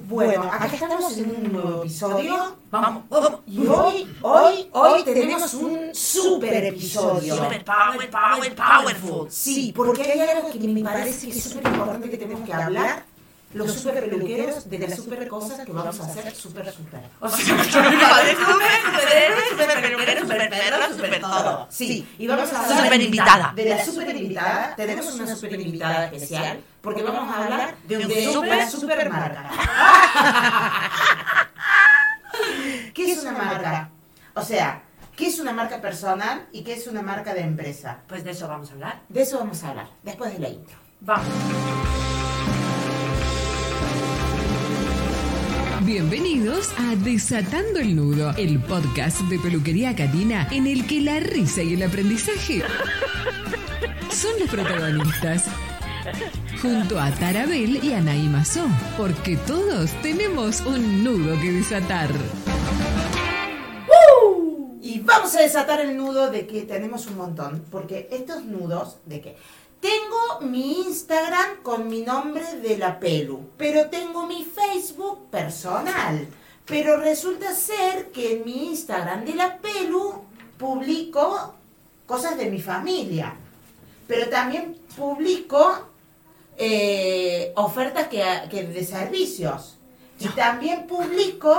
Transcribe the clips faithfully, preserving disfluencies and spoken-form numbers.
Bueno, acá estamos en un nuevo episodio. Vamos, vamos. Y hoy, hoy, hoy tenemos un super episodio. Super power, power, powerful. Sí, porque hay algo que me parece que es súper importante que tenemos que hablar. Los super peluqueros de las super cosas que vamos a hacer super super. O sea, super, super, super, super peluquero, super perro, super todo. Sí, y vamos a hablar Super invitada. de la super invitada. Tenemos una super invitada especial porque vamos a hablar de, un de super- una super marca. ¿Qué es una marca? O sea, ¿qué es una marca personal y qué es una marca de empresa? Pues de eso vamos a hablar. De eso vamos a hablar después de la intro. Vamos. Bienvenidos a Desatando el Nudo, el podcast de Peluquería Canina en el que la risa y el aprendizaje son los protagonistas. Junto a Tarabel y Anaí Mazó, porque todos tenemos un nudo que desatar. Y vamos a desatar el nudo de que tenemos un montón, porque estos nudos de que tengo mi Instagram con mi nombre de la Pelu, pero tengo mi Facebook personal. Pero resulta ser que en mi Instagram de la Pelu publico cosas de mi familia, pero también publico eh, ofertas que, que de servicios. Y también publico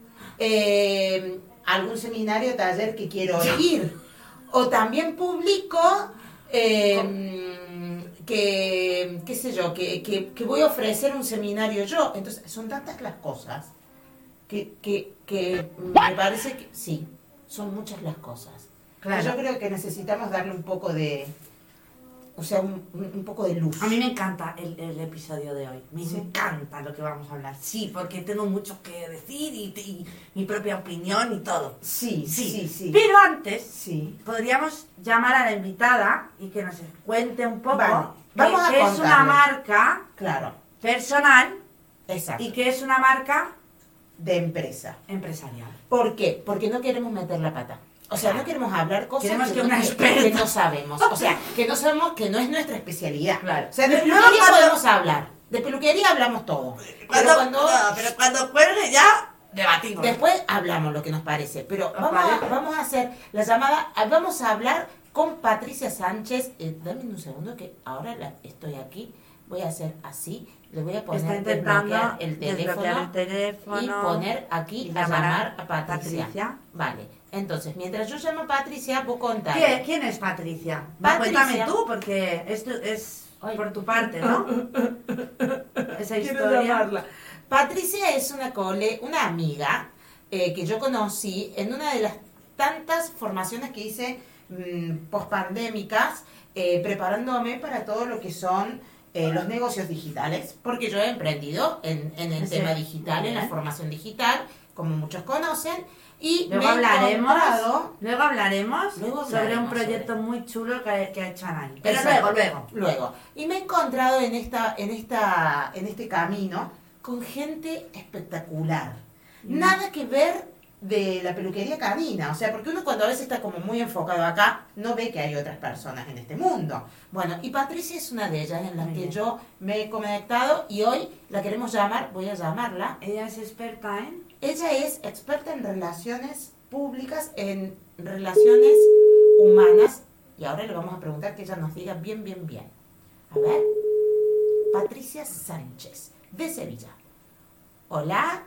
eh, algún seminario o taller que quiero ir. O también publico eh, que, qué sé yo, que, que, que voy a ofrecer un seminario yo. Entonces, son tantas las cosas que, que, que me parece que sí, son muchas las cosas. Claro. Yo creo que necesitamos darle un poco de, o sea, un, un poco de luz. A mí me encanta el, el episodio de hoy. Me Sí. encanta lo que vamos a hablar. Sí, porque tengo mucho que decir y, y mi propia opinión y todo. Sí, sí, sí, sí. Pero antes, Sí. podríamos llamar a la invitada y que nos cuente un poco Vale, qué, vamos a qué es una contarle. marca Claro, personal exacto. y qué es una marca De empresa. empresarial. ¿Por qué? Porque no queremos meter la pata. O sea, no queremos hablar cosas Queremos que no, una que- experta. que no sabemos. O sea, que no sabemos, que no es nuestra especialidad. Claro. O sea, de No, peluquería cuando- podemos hablar. De peluquería hablamos todo. Pero Cuando, cuando... no, pero cuando cuelgue ya debatimos. Después hablamos lo que nos parece. Pero ¿Os vamos a, parece? vamos a hacer la llamada, vamos a hablar con Patricia Sánchez. Eh, dame un segundo que ahora la- estoy aquí. Voy a hacer así. Le voy a poner Está intentando desbloquear el desbloquear teléfono. el teléfono Y poner aquí y a llamar a llamar a Patricia. Patricia. Vale, entonces, mientras yo llamo a Patricia, vos contame. ¿Quién, quién es Patricia? Va, Patricia. Cuéntame tú, porque esto es Ay. por tu parte, ¿no? Esa Quiero historia. llamarla. Patricia es una cole, una amiga eh, que yo conocí en una de las tantas formaciones que hice mm, pospandémicas, eh, preparándome para todo lo que son eh, los negocios digitales, porque yo he emprendido en, en el Sí. tema digital, en la Bien. formación digital, como muchos conocen, y Luego me he hablaremos, encontrado- luego hablaremos Luego sobre un hablaremos proyecto sobre- muy chulo que, que ha hecho Anaí. Pero Exacto. luego, luego. Luego. Y me he encontrado en esta, en esta, en este camino con gente espectacular. Mm. Nada que ver de la peluquería canina. O sea, porque uno cuando a veces está como muy enfocado acá, no ve que hay otras personas en este mundo. Bueno, y Patricia es una de ellas en las Muy que bien. yo me he conectado y hoy la queremos llamar, voy a llamarla. Ella es experta en... Ella es experta en relaciones públicas, en relaciones humanas. Y ahora le vamos a preguntar que ella nos diga bien, bien, bien. A ver. Patricia Sánchez, de Sevilla. Hola.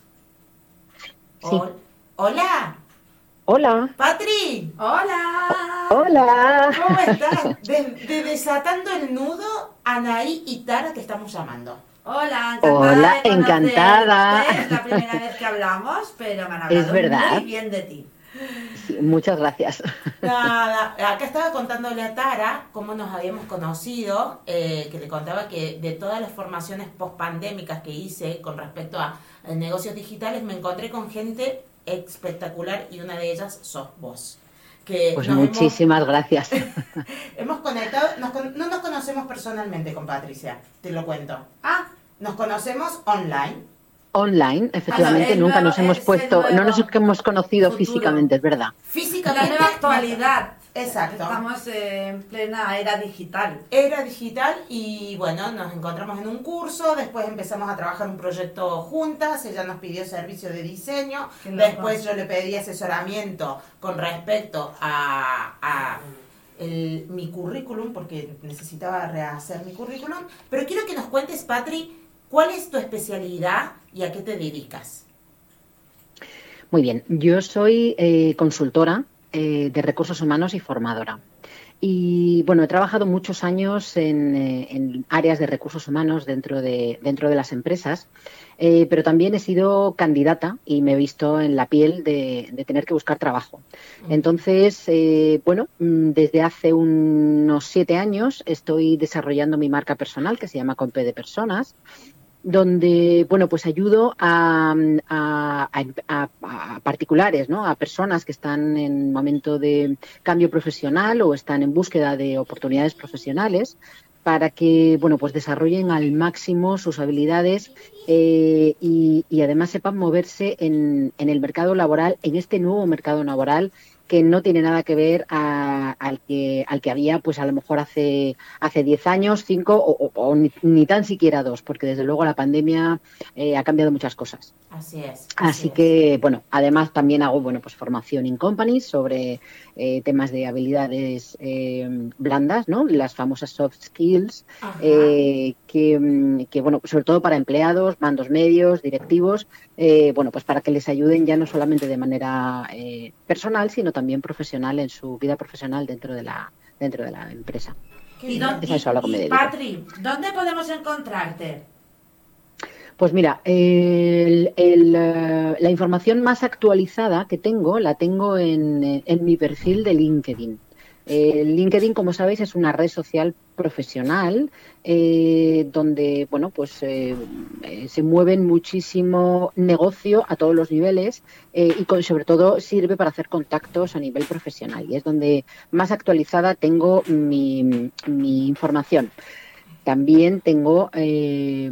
Sí. Hol- Hola. Hola. Patri, ¡Hola! Hola. ¿cómo estás? De, de Desatando el Nudo, Anaí y Tara te estamos llamando. Hola, encantada Hola, de conocerte. encantada. Es la primera vez que hablamos, pero me han hablado Es verdad. muy bien de ti. Sí, muchas gracias. Nada, acá estaba contándole a Tara cómo nos habíamos conocido, eh, que le contaba que de todas las formaciones post-pandémicas que hice con respecto a, a negocios digitales, me encontré con gente espectacular y una de ellas sos vos. Que Pues nos muchísimas gracias. Hemos, hemos conectado, nos con- no nos conocemos personalmente con Patricia, te lo cuento. Ah, Nos conocemos online. Online, efectivamente, el nunca nuevo- nos hemos es el puesto, no nos nuevo hemos conocido futuro. físicamente, es verdad. Físicamente. la nueva actualidad. Exacto. Estamos eh, en plena era digital. Era digital y bueno, nos encontramos en un curso, después empezamos a trabajar un proyecto juntas, ella nos pidió servicio de diseño, Qué loco. después yo le pedí asesoramiento con respecto a, a el- mi currículum, porque necesitaba rehacer mi currículum, pero quiero que nos cuentes, Patri, ¿cuál es tu especialidad y a qué te dedicas? Muy bien, yo soy eh, consultora eh, de recursos humanos y formadora. Y bueno, he trabajado muchos años en, eh, en áreas de recursos humanos dentro de, dentro de las empresas, eh, pero también he sido candidata y me he visto en la piel de, de tener que buscar trabajo. Entonces, eh, bueno, mm, desde hace unos siete años estoy desarrollando mi marca personal que se llama Compe de Personas, donde, bueno, pues ayudo a, a, a, a particulares, ¿no? A personas que están en momento de cambio profesional o están en búsqueda de oportunidades profesionales para que, bueno, pues desarrollen al máximo sus habilidades eh, y, y además sepan moverse en, en el mercado laboral, en este nuevo mercado laboral que no tiene nada que ver a- al que al que había pues a lo mejor hace hace diez años, cinco o, o- o ni, ni tan siquiera dos, porque desde luego la pandemia eh, ha cambiado muchas cosas. Así es. Así es. que, bueno, además también hago, bueno, pues formación in company sobre eh, temas de habilidades eh, blandas, ¿no? Las famosas soft skills, Ajá. eh, que, mm, que, bueno, sobre todo para empleados, mandos medios, directivos, eh, bueno, pues para que les ayuden ya no solamente de manera eh, personal, sino también profesional en su vida profesional dentro de la dentro de la empresa. Qué ¿Y, bien. dónde, Es a eso a lo que me y, y dedico. Patri, ¿dónde podemos encontrarte? Pues mira, el- el, eh, la información más actualizada que tengo la tengo en, eh, en mi perfil de LinkedIn. Eh, LinkedIn, como sabéis, es una red social profesional eh, donde, bueno, pues eh, eh, se mueven muchísimo negocio a todos los niveles eh, y con- sobre todo sirve para hacer contactos a nivel profesional y es donde más actualizada tengo mi, mi información. También tengo eh,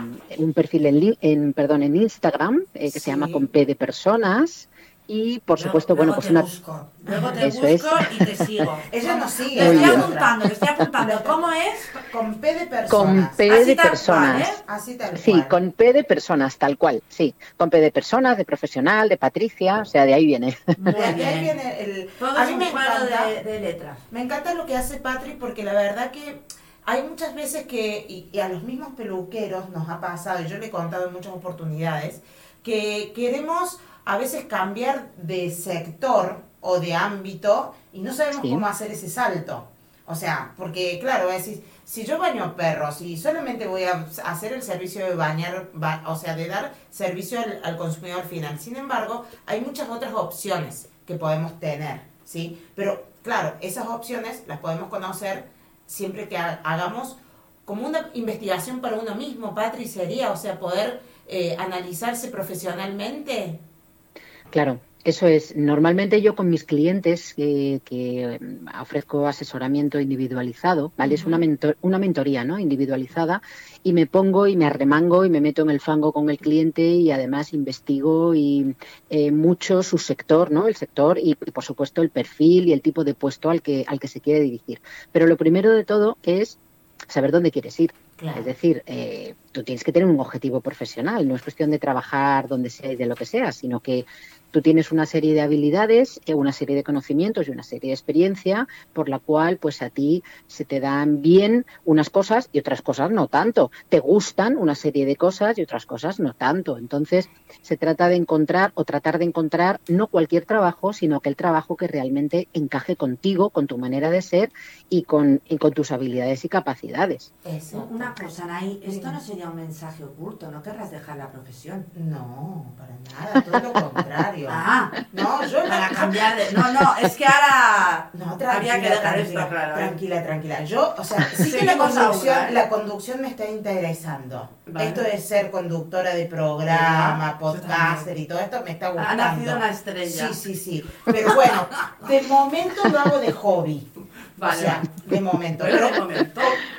un perfil en, Lin- en, perdón, en Instagram eh, que Sí. se llama Compe de Personas y, por Luego- supuesto, luego bueno, pues te una... busco. Luego te Eso es. busco y te sigo. Ella nos sigue. Lo Muy estoy bien. apuntando, lo estoy apuntando. ¿Cómo es? Con P de personas. Con P Así de tal cual, personas. ¿eh? Así tal Sí, cual. con P de personas, tal cual, sí. Con P de personas, de profesional, de Patricia, o sea, de ahí viene. Muy De aquí ahí bien. viene el... Todo a es mí un me juego encanta, de, de letras. me encanta lo que hace Patri porque la verdad que hay muchas veces que, y, y a los mismos peluqueros nos ha pasado, y yo le he contado en muchas oportunidades, que queremos a veces cambiar de sector o de ámbito y no sabemos Sí. cómo hacer ese salto. O sea, porque claro, es decir, si yo baño perros y solamente voy a hacer el servicio de bañar, ba- o sea, de dar servicio al, al consumidor final. Sin embargo, hay muchas otras opciones que podemos tener, ¿sí? Pero claro, esas opciones las podemos conocer siempre que ha- hagamos como una investigación para uno mismo, Patri, sería, o sea, poder eh, analizarse profesionalmente. Claro, eso es. Normalmente yo con mis clientes eh, que mm, ofrezco asesoramiento individualizado, ¿vale? Es una, mentor- una mentoría, ¿no? Individualizada y me pongo y me arremango y me meto en el fango con el cliente y además investigo y eh, mucho su sector, ¿no? El sector y, y, por supuesto el perfil y el tipo de puesto al que al que se quiere dirigir. Pero lo primero de todo es saber dónde quieres ir. Claro. Es decir, eh, tú tienes que tener un objetivo profesional, no es cuestión de trabajar donde sea y de lo que sea, sino que tú tienes una serie de habilidades, eh, una serie de conocimientos y una serie de experiencia por la cual pues a ti se te dan bien unas cosas y otras cosas no tanto. Te gustan una serie de cosas y otras cosas no tanto. Entonces se trata de encontrar o tratar de encontrar no cualquier trabajo, sino aquel trabajo que realmente encaje contigo, con tu manera de ser y con, y con tus habilidades y capacidades. Eso. Una cosa, Anaí, esto no sería un mensaje oculto, no querrás dejar la profesión. No, para nada, todo lo contrario. Ah, No, yo para no- cambiar de... No, no, es que ahora No, tranquila, habría que dejar tranquila, esto claro. ¿eh? tranquila, tranquila. Yo, o sea, sí que la Seguimos conducción, ahora, ¿eh? la conducción me está interesando. Vale. Esto de ser conductora de programa, Ya, yo podcaster también. y todo esto me está Ha gustando. nacido una estrella. Sí, sí, sí. Pero bueno, de momento lo hago de hobby. Vale. O sea, de momento. Pero Pero de momento.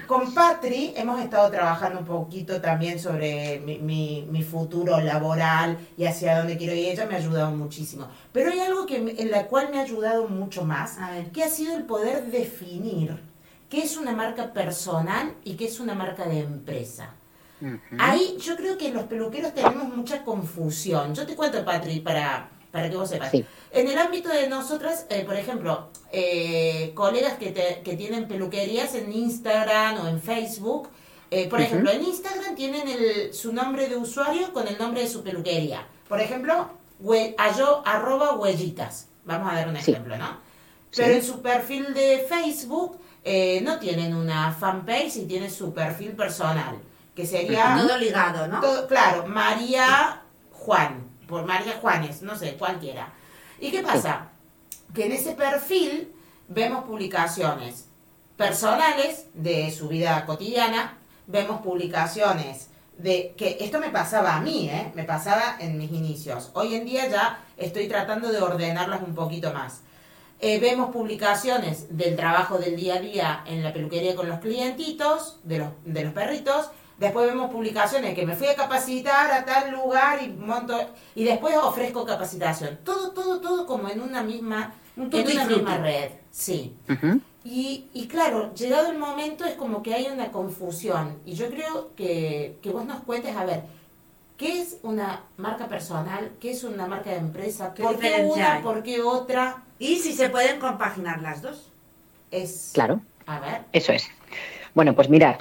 con Patri hemos estado trabajando un poquito también sobre mi, mi, mi futuro laboral y hacia dónde quiero ir. Ella me ha ayudado muchísimo. Pero hay algo que, en la cual me ha ayudado mucho más, A ver. que ha sido el poder definir qué es una marca personal y qué es una marca de empresa. Ujú. Ahí yo creo que los peluqueros tenemos mucha confusión. Yo te cuento, Patri, para, para que vos sepas. Sí. En el ámbito de nosotras, eh, por ejemplo, eh, colegas que, te, que tienen peluquerías en Instagram o en Facebook, eh, por Ujú. ejemplo, en Instagram tienen el, su nombre de usuario con el nombre de su peluquería. Por ejemplo, hue, ayo, arroba huellitas. Vamos a dar un Sí. ejemplo, ¿no? Sí. Pero en su perfil de Facebook eh, no tienen una fanpage y tienen su perfil personal, que sería... Todo ligado, ¿no? Todo- claro, María Juan, por María Juanes, no sé, cualquiera. ¿Y qué pasa? Que en ese perfil vemos publicaciones personales de su vida cotidiana, vemos publicaciones de que esto me pasaba a mí, ¿eh? Me pasaba en mis inicios. Hoy en día ya estoy tratando de ordenarlas un poquito más. Eh, vemos publicaciones del trabajo del día a día en la peluquería con los clientitos, de los, de los perritos. Después vemos publicaciones que me fui a capacitar a tal lugar y monto y después ofrezco capacitación. Todo, todo, todo como en una misma, Un en tutti una frutti. misma red. Sí. Ujú. Y, y claro, llegado el momento es como que hay una confusión. Y yo creo que, que vos nos cuentes, a ver, ¿qué es una marca personal? ¿Qué es una marca de empresa? ¿Qué ¿Por qué diferencia una? hay? ¿Por qué otra? Y si se pueden compaginar las dos. Es... Claro, A ver. eso es. Bueno, pues mirad,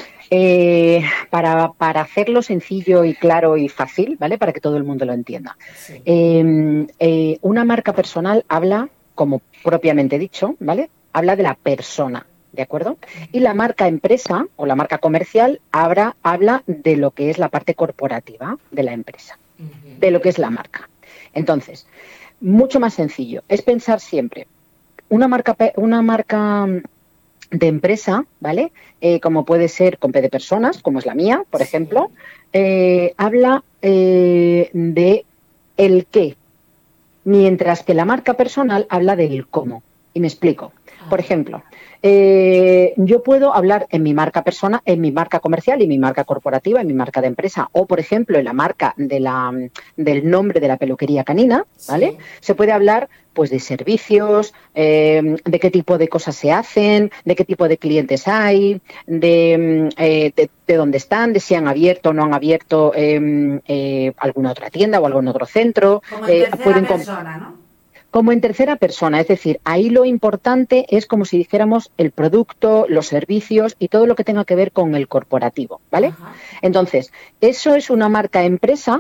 eh, para, para hacerlo sencillo y claro y fácil, ¿vale? Para que todo el mundo lo entienda. Sí. Eh, eh, una marca personal habla, como propiamente dicho, ¿vale? Habla de la persona, ¿de acuerdo? Y la marca empresa o la marca comercial habla, habla de lo que es la parte corporativa de la empresa, Ujú. de lo que es la marca. Entonces, mucho más sencillo, es pensar siempre, una marca, pe- una marca de empresa, ¿vale? Eh, como puede ser con P de personas, como es la mía, por Sí. ejemplo, eh, habla eh, de el qué, mientras que la marca personal habla del cómo. Y me explico. Por ejemplo, eh, yo puedo hablar en mi marca persona, en mi marca comercial y mi marca corporativa, en mi marca de empresa, o por ejemplo en la marca de la, del nombre de la peluquería canina, ¿vale? Sí. Se puede hablar pues de servicios, eh, de qué tipo de cosas se hacen, de qué tipo de clientes hay, de, eh, de, de dónde están, de si han abierto o no han abierto eh, eh, alguna otra tienda o algún otro centro. Como en Eh, tercera pueden com- persona, ¿no? como en tercera persona, es decir, ahí lo importante es como si dijéramos el producto, los servicios y todo lo que tenga que ver con el corporativo, ¿vale? Ajá. Entonces, eso es una marca empresa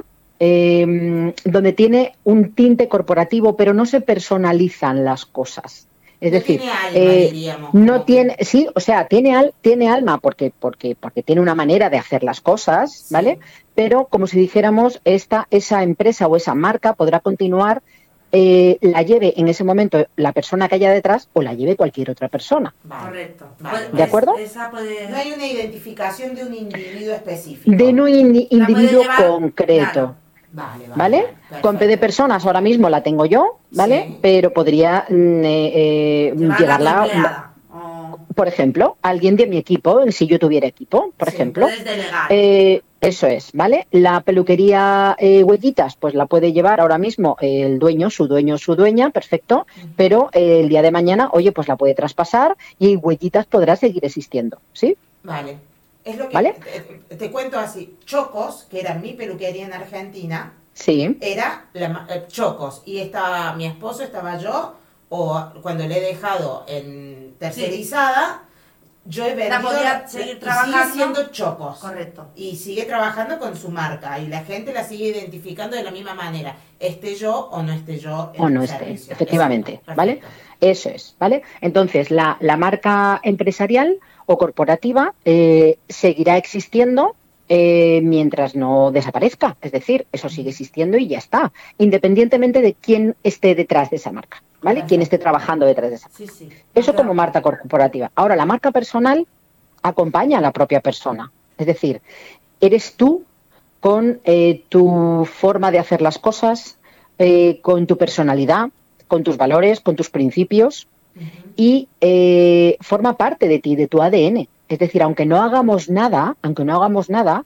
eh, donde tiene un tinte corporativo, pero no se personalizan las cosas. Es No decir, tiene alma, eh, diríamos, no como que- tiene, sí, o sea, tiene al, tiene alma porque, porque, porque tiene una manera de hacer las cosas, ¿vale? Sí. Pero como si dijéramos, esta, esa empresa o esa marca podrá continuar, eh, la lleve en ese momento la persona que haya detrás o la lleve cualquier otra persona. Vale. Correcto. Vale, Pues, vale. ¿De acuerdo? Esa puede... No hay una identificación de un individuo específico. De un in- La puede individuo llevar- concreto. claro. Vale, vale. ¿Vale? vale, Con P de perfecto. personas ahora mismo la tengo yo, ¿vale? Sí. Pero podría mm, eh, eh, Llevarla llevarla, empleada. O... por ejemplo, alguien de mi equipo, si yo tuviera equipo, por Sí, ejemplo. Puedes delegar. Eh, eso es, ¿vale? La peluquería eh, Huellitas, pues la puede llevar ahora mismo el dueño, su dueño, su dueña, perfecto, pero eh, el día de mañana, oye, pues la puede traspasar y Huellitas podrá seguir existiendo, ¿sí? Vale. Es lo que ¿Vale? te, te cuento así. Chocos, que era mi peluquería en Argentina, Sí, era la, ma- eh, Chocos. Y estaba mi esposo, estaba yo, o cuando le he dejado en tercerizada, yo he vendido... podía seguir y trabajando. sigue siendo Chocos. Correcto. Y sigue trabajando con su marca. Y la gente la sigue identificando de la misma manera. Esté yo o no esté yo en o no el esté, servicio. efectivamente, Exacto, ¿vale? perfecto. Eso es, ¿vale? Entonces, la, la marca empresarial o corporativa eh, seguirá existiendo eh, mientras no desaparezca. Es decir, eso sigue existiendo y ya está, independientemente de quién esté detrás de esa marca, ¿vale? Perfecto. Quién esté trabajando detrás de esa marca. Sí, sí. Eso Claro. como marca corporativa. Ahora, la marca personal acompaña a la propia persona. Es decir, eres tú con eh, tu forma de hacer las cosas, eh, con tu personalidad, con tus valores, con tus principios Ujú. y eh, forma parte de ti, de tu A D N. Es decir, aunque no hagamos nada, aunque no hagamos nada,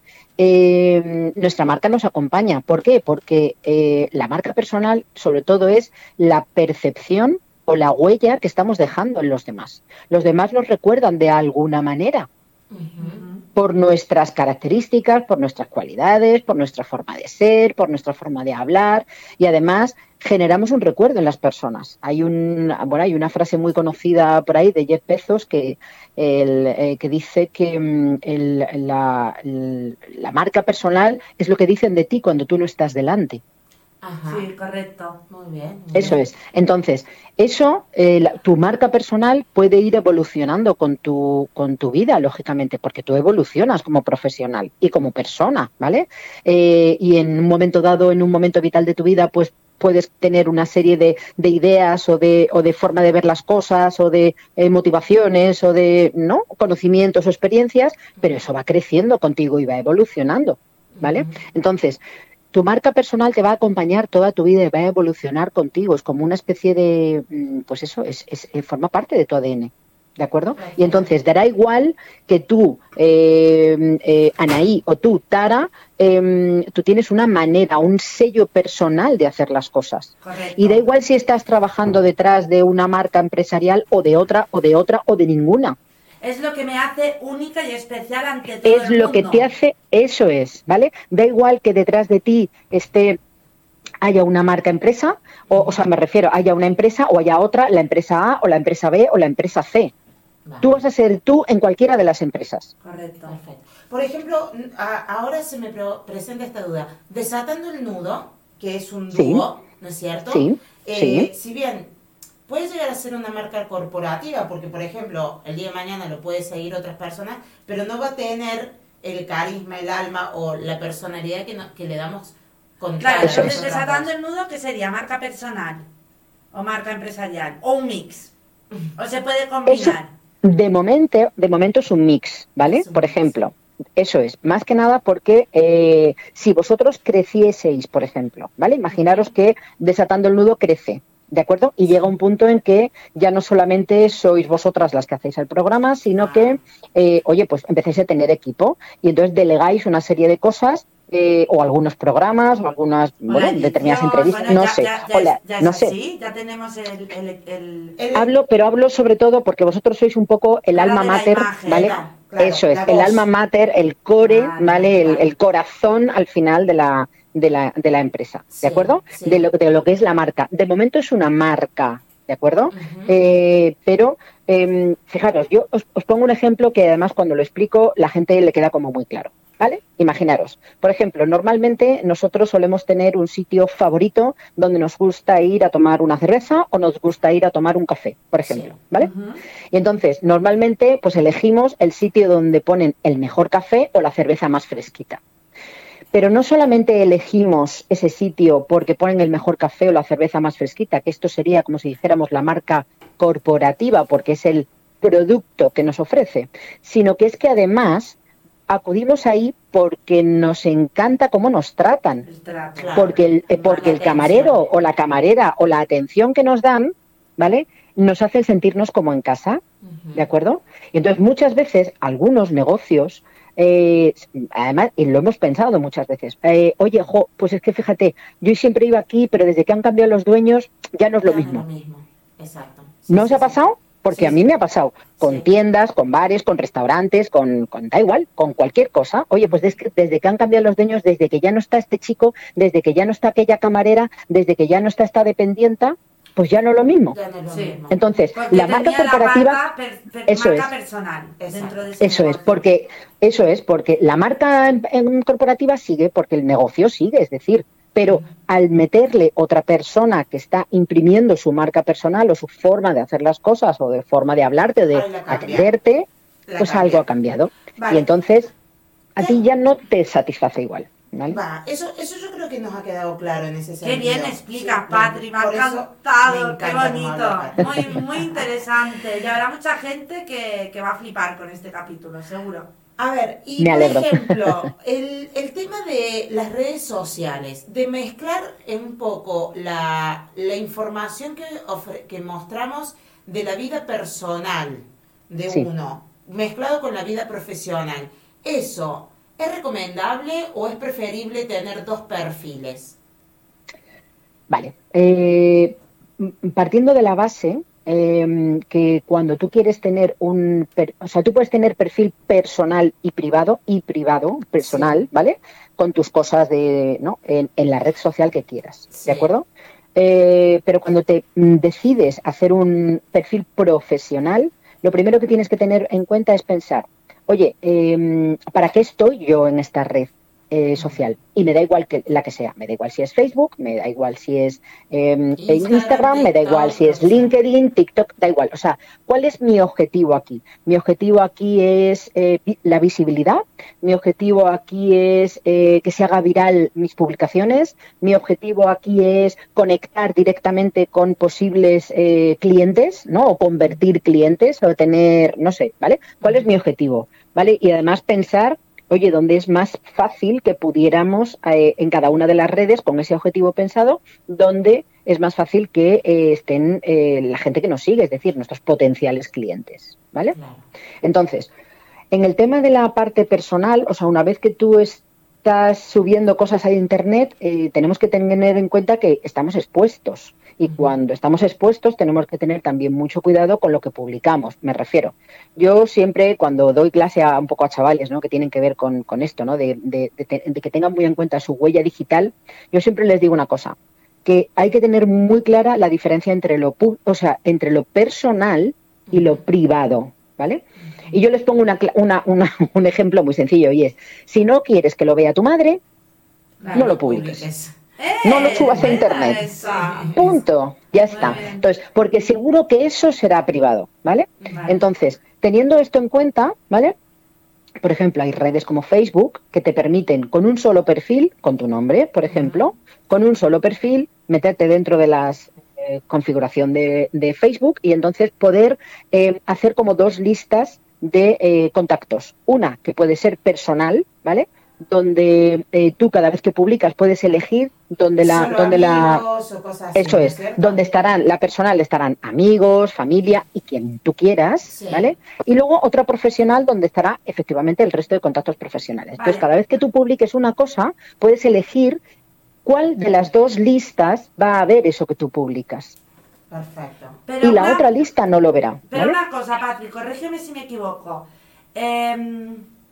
eh, nuestra marca nos acompaña. ¿Por qué? Porque eh, la marca personal, sobre todo, es la percepción o la huella que estamos dejando en los demás. Los demás nos recuerdan de alguna manera. Uh-huh. Por nuestras características, por nuestras cualidades, por nuestra forma de ser, por nuestra forma de hablar, y además generamos un recuerdo en las personas. Hay un, bueno, hay una frase muy conocida por ahí de Jeff Bezos que, el, eh, que dice que el, la, el, la marca personal es lo que dicen de ti cuando tú no estás delante. Ajá. Sí, correcto. Muy bien. Muy eso bien. es. Entonces, eso, eh, la, tu marca personal puede ir evolucionando con tu, con tu vida, lógicamente, porque tú evolucionas como profesional y como persona, ¿vale? Eh, y en un momento dado, en un momento vital de tu vida, pues puedes tener una serie de, de ideas o de, o de forma de ver las cosas o de eh, motivaciones o de ¿no? conocimientos o experiencias, pero eso va creciendo contigo y va evolucionando, ¿vale? Uh-huh. Entonces, tu marca personal te va a acompañar toda tu vida y va a evolucionar contigo. Es como una especie de, pues eso, es, es, es forma parte de tu A D N, ¿de acuerdo? Y entonces dará igual que tú, eh, eh, Anaí, o tú, Tara, eh, tú tienes una manera, un sello personal de hacer las cosas. Correcto. Y da igual si estás trabajando detrás de una marca empresarial o de otra, o de otra, o de ninguna. Es lo que me hace única y especial ante todo Es el lo mundo. que te hace, eso es, ¿vale? Da igual que detrás de ti esté, haya una marca empresa, o, o sea, me refiero, haya una empresa o haya otra, la empresa A o la empresa B o la empresa C. Vale. Tú vas a ser tú en cualquiera de las empresas. Correcto. Perfecto. Por ejemplo, a, ahora se me presenta esta duda. Desatando el nudo, que es un dúo, sí. ¿no es cierto? Sí, eh, sí. Si bien puede llegar a ser una marca corporativa, porque, por ejemplo, el día de mañana lo puede seguir otras personas, pero no va a tener el carisma, el alma o la personalidad que, no, que le damos con Claro, cada entonces desatando el nudo, ¿qué sería? ¿Marca personal? ¿O marca empresarial? ¿O un mix? ¿O se puede combinar? Eso, de momento, de momento es un mix, ¿vale? Un por mix. Ejemplo, eso es, más que nada porque eh, si vosotros crecieseis, por ejemplo, ¿vale? Imaginaros que desatando el nudo crece. ¿De acuerdo? Y llega un punto en que ya no solamente sois vosotras las que hacéis el programa, sino ah. que, eh, oye, pues empecéis a tener equipo y entonces delegáis una serie de cosas eh, o algunos programas o algunas, bueno, Dios, determinadas entrevistas, bueno, no ya, sé. Ya, ya, Hola, ya es no así, sé. Ya tenemos el, el, el, el... Hablo, pero hablo sobre todo porque vosotros sois un poco el alma mater, imagen, ¿vale? Claro, claro, eso es, el alma mater, el core, claro, ¿vale? Claro. El, el corazón al final de la... De la, de la empresa, ¿de sí, acuerdo? Sí. De, lo, de lo que es la marca. De momento es una marca, ¿de acuerdo? Uh-huh. Eh, pero, eh, fijaros, yo os, os pongo un ejemplo que además cuando lo explico la gente le queda como muy claro, ¿vale? Imaginaros, por ejemplo, normalmente nosotros solemos tener un sitio favorito donde nos gusta ir a tomar una cerveza o nos gusta ir a tomar un café, por ejemplo, sí. ¿Vale? Uh-huh. Y entonces, normalmente, pues elegimos el sitio donde ponen el mejor café o la cerveza más fresquita. Pero no solamente elegimos ese sitio porque ponen el mejor café o la cerveza más fresquita, que esto sería como si dijéramos la marca corporativa porque es el producto que nos ofrece, sino que es que además acudimos ahí porque nos encanta cómo nos tratan, claro, porque el, eh, porque el camarero o la camarera o la atención que nos dan, ¿vale?, nos hace sentirnos como en casa, uh-huh. ¿De acuerdo? Y entonces muchas veces algunos negocios Eh, además, y lo hemos pensado muchas veces, eh, oye, jo, pues es que fíjate, yo siempre iba aquí, pero desde que han cambiado los dueños ya no es lo ya mismo. No, es lo mismo. Exacto. Sí, ¿No os sí, ha pasado? Porque sí, a mí sí. me ha pasado con Sí. tiendas, con bares, con restaurantes, con, con da igual, con cualquier cosa. Oye, pues desde, desde que han cambiado los dueños, desde que ya no está este chico, desde que ya no está aquella camarera, desde que ya no está esta dependienta, pues ya no es lo mismo. Ya no es lo Sí. mismo. Entonces, Porque la marca corporativa, la marca, per, per, eso marca es. personal Exacto. dentro de ese Eso negocio. es, porque eso es, porque la marca en, en corporativa sigue porque el negocio sigue, es decir, pero al meterle otra persona que está imprimiendo su marca personal o su forma de hacer las cosas o de forma de hablarte o de atenderte, pues cambia. algo ha cambiado. Vale. Y entonces a ti ya no te satisface igual. ¿Vale? Va, eso, eso yo creo que nos ha quedado claro en ese sentido. Qué bien explica, sí, Patri, me ha por eso encantado, me qué encanta bonito, muy, muy interesante. Y habrá mucha gente que, que va a flipar con este capítulo, seguro. A ver, y Me por alegro. ejemplo, el, el tema de las redes sociales, de mezclar un poco la, la información que, ofre, que mostramos de la vida personal de sí. uno mezclado con la vida profesional. ¿Eso es recomendable o es preferible tener dos perfiles? Vale. Eh, partiendo de la base eh, que cuando tú quieres tener un... Per, o sea, tú puedes tener perfil personal y privado, y privado, personal, sí. ¿Vale? Con tus cosas de, ¿no? en, en la red social que quieras, sí. ¿De acuerdo? Eh, pero cuando te decides hacer un perfil profesional, lo primero que tienes que tener en cuenta es pensar, oye, eh, ¿para qué estoy yo en esta red eh, social? Y me da igual que la que sea, me da igual si es Facebook, me da igual si es eh, Instagram, Instagram me da igual si es LinkedIn, TikTok, da igual. O sea, ¿cuál es mi objetivo aquí? Mi objetivo aquí es eh, la visibilidad, mi objetivo aquí es eh, que se haga viral mis publicaciones, mi objetivo aquí es conectar directamente con posibles eh, clientes, ¿no? O convertir clientes o tener, no sé, ¿vale? ¿Cuál es mi objetivo? ¿Vale? Y además pensar, oye, ¿dónde es más fácil que pudiéramos, eh, en cada una de las redes, con ese objetivo pensado, dónde es más fácil que eh, estén eh, la gente que nos sigue, es decir, nuestros potenciales clientes, ¿vale? Claro. Entonces, en el tema de la parte personal, o sea, una vez que tú estás subiendo cosas a Internet, eh, tenemos que tener en cuenta que estamos expuestos. Y cuando estamos expuestos tenemos que tener también mucho cuidado con lo que publicamos, me refiero. Yo siempre cuando doy clase a un poco a chavales, ¿no? Que tienen que ver con, con esto, ¿no? De, de, de, de que tengan muy en cuenta su huella digital, yo siempre les digo una cosa, que hay que tener muy clara la diferencia entre lo, o sea, entre lo personal y lo privado, ¿vale? Y yo les pongo una, una, una, un ejemplo muy sencillo y es, si no quieres que lo vea tu madre, claro, no lo publiques. publiques. ¡Eh! No lo subas a Internet. Esa. Punto. Ya está. Entonces, porque seguro que eso será privado, ¿vale? Vale. Entonces, teniendo esto en cuenta, ¿vale? Por ejemplo, hay redes como Facebook que te permiten con un solo perfil, con tu nombre, por ejemplo, con un solo perfil, meterte dentro de las eh, configuración de, de Facebook y entonces poder eh, hacer como dos listas de eh, contactos. Una que puede ser personal, ¿vale? Donde eh, tú cada vez que publicas puedes elegir donde la Solo donde la o cosas así, eso es, ¿cierto? donde estarán la personal estarán amigos, familia y quien tú quieras, sí. ¿Vale? Y luego otra profesional donde estará efectivamente el resto de contactos profesionales. Vale. Entonces, cada vez que tú publiques una cosa, puedes elegir cuál de las dos listas va a ver eso que tú publicas. Perfecto. Pero y la una, otra lista no lo verá. Pero ¿vale? una cosa, Patri, corrígeme si me equivoco. Eh,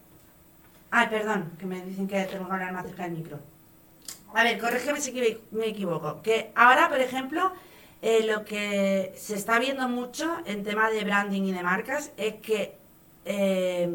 Ay, perdón, que me dicen que tengo que hablar más cerca del micro. A ver, corrígeme si me equivoco. Que ahora, por ejemplo, eh, lo que se está viendo mucho en tema de branding y de marcas es que eh,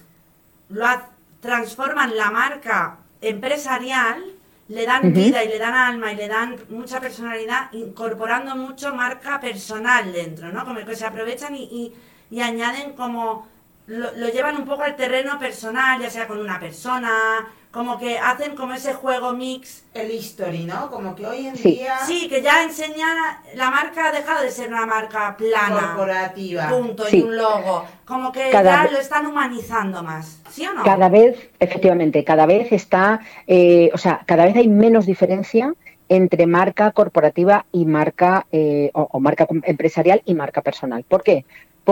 lo ha, transforman la marca empresarial, le dan uh-huh. vida y le dan alma y le dan mucha personalidad, incorporando mucho marca personal dentro, ¿no? Como que se aprovechan y, y, y añaden como... Lo, lo llevan un poco al terreno personal, ya sea con una persona, como que hacen como ese juego mix. El history, ¿no? Como que hoy en sí. día... Sí, que ya enseña, la marca ha dejado de ser una marca plana. Corporativa. Punto, sí. y un logo. Como que cada ya lo están humanizando más, ¿sí o no? Cada vez, efectivamente, cada vez está, eh, o sea, cada vez hay menos diferencia entre marca corporativa y marca, eh, o, o marca empresarial y marca personal. ¿Por qué?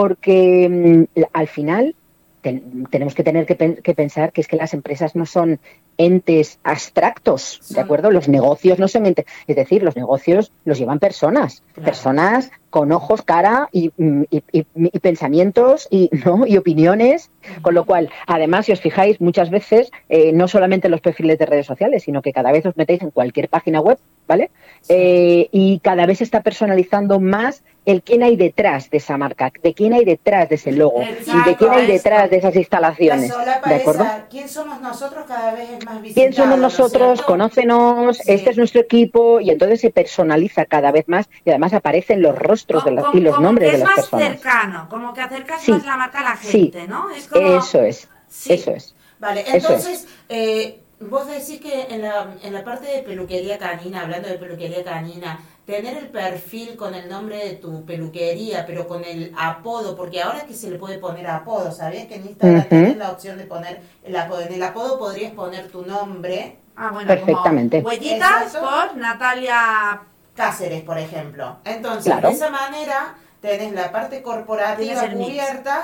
Porque mmm, al final ten, tenemos que tener que, pen, que pensar que es que las empresas no son entes abstractos, ¿de acuerdo? Los negocios no son entes, es decir, los negocios los llevan personas, claro. Personas con ojos, cara y, y, y, y pensamientos y, ¿no? y opiniones, uh-huh. Con lo cual, además, si os fijáis, muchas veces, eh, no solamente en los perfiles de redes sociales, sino que cada vez os metéis en cualquier página web, ¿vale? Sí. Eh, y cada vez se está personalizando más el quién hay detrás de esa marca, de quién hay detrás de ese logo, exacto, y de quién hay detrás esto. De esas instalaciones. ¿De acuerdo? Esa, ¿quién somos nosotros? Cada vez es más visitado. ¿Quién somos nosotros? Conócenos, sí. Este es nuestro equipo, y entonces se personaliza cada vez más y además aparecen los rostros de las, y los nombres de las personas. Como que es más cercano, como que acercas sí. más la marca a la gente, sí. ¿no? Es como... Eso es, sí. Eso es. Vale, entonces... Es. Eh, vos decís que en la, en la parte de peluquería canina, hablando de peluquería canina, tener el perfil con el nombre de tu peluquería, pero con el apodo, porque ahora es que se le puede poner apodo, ¿sabías? Que en Instagram uh-huh. tenés la opción de poner el apodo. En el apodo podrías poner tu nombre. Ah, bueno, perfectamente. Como huellitas por Natalia Cáceres, por ejemplo. Entonces, claro. De esa manera tenés la parte corporativa cubierta,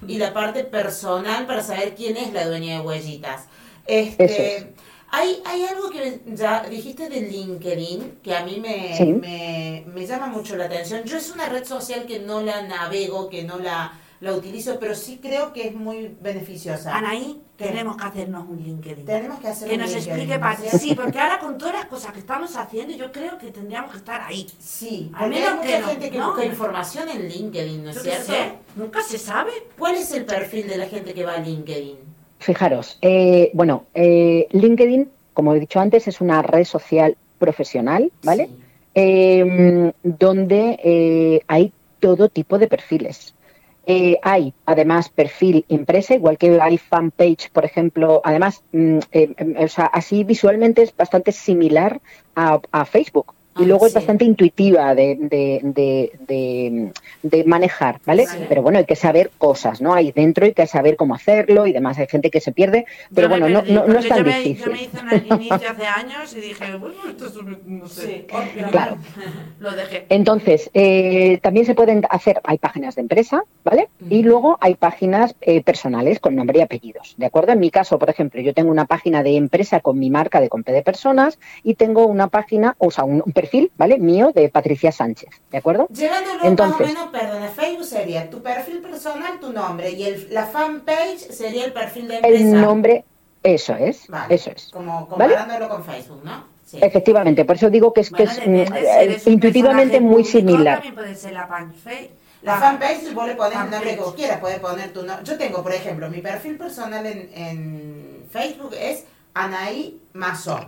y la parte personal para saber quién es la dueña de Huellitas. Eso Este, es. hay, hay algo que ya dijiste de LinkedIn que a mí me, Sí. me, me llama mucho la atención. Yo es una red social que no la navego, que no la, la utilizo, pero sí creo que es muy beneficiosa. Anaí, ¿Qué? tenemos que hacernos un LinkedIn. Tenemos que hacer Que un nos LinkedIn, explique ¿no para es qué. cierto? Sí, porque ahora con todas las cosas que estamos haciendo, yo creo que tendríamos que estar ahí. Sí, Al porque menos hay mucha que no, gente que ¿no? busca información en LinkedIn, ¿no es Yo qué cierto? sé, nunca se sabe. ¿Cuál es el perfil de la gente que va a LinkedIn? Fijaros, eh, bueno, eh, LinkedIn, como he dicho antes, es una red social profesional, ¿vale? Sí. Eh, donde eh, hay todo tipo de perfiles. Eh, hay, además, perfil impresa, igual que hay fanpage, por ejemplo. Además, mm, eh, eh, o sea, así visualmente es bastante similar a, a Facebook. Y Ah, luego es sí. bastante intuitiva de, de, de, de, de manejar, ¿vale? Sí. Pero bueno, hay que saber cosas, ¿no? Ahí dentro hay que saber cómo hacerlo y demás. Hay gente que se pierde, pero Yo me bueno, no, perdí, no, no porque es tan yo me, difícil. yo me hice un inicio hace años y dije, bueno, esto es un- no sé. Sí. Pero Claro. Lo dejé. Entonces, eh, también se pueden hacer, hay páginas de empresa, ¿vale? Y Ujú. luego hay páginas eh, personales con nombre y apellidos, ¿de acuerdo? En mi caso, por ejemplo, yo tengo una página de empresa con mi marca de Compé de Personas y tengo una página, o sea, un, un perfil, ¿vale? Mío de Patricia Sánchez, ¿de acuerdo? Llevándolo Entonces, más o menos, perdona, Facebook sería tu perfil personal, tu nombre, y el, la fanpage sería el perfil de empresa. el nombre, eso es, Vale, eso es. como ¿Vale? comparándolo con Facebook, ¿no? Sí. Efectivamente, por eso digo que es, Bueno, que es depende, mm, si eres un intuitivamente personaje muy público, similar. También puede ser la fanpage. La Ah, fanpage vos le pones el nombre fanpage. que vos quieras, puedes poner tu nombre. Yo tengo, por ejemplo, mi perfil personal en, en Facebook es Anaí Mazó.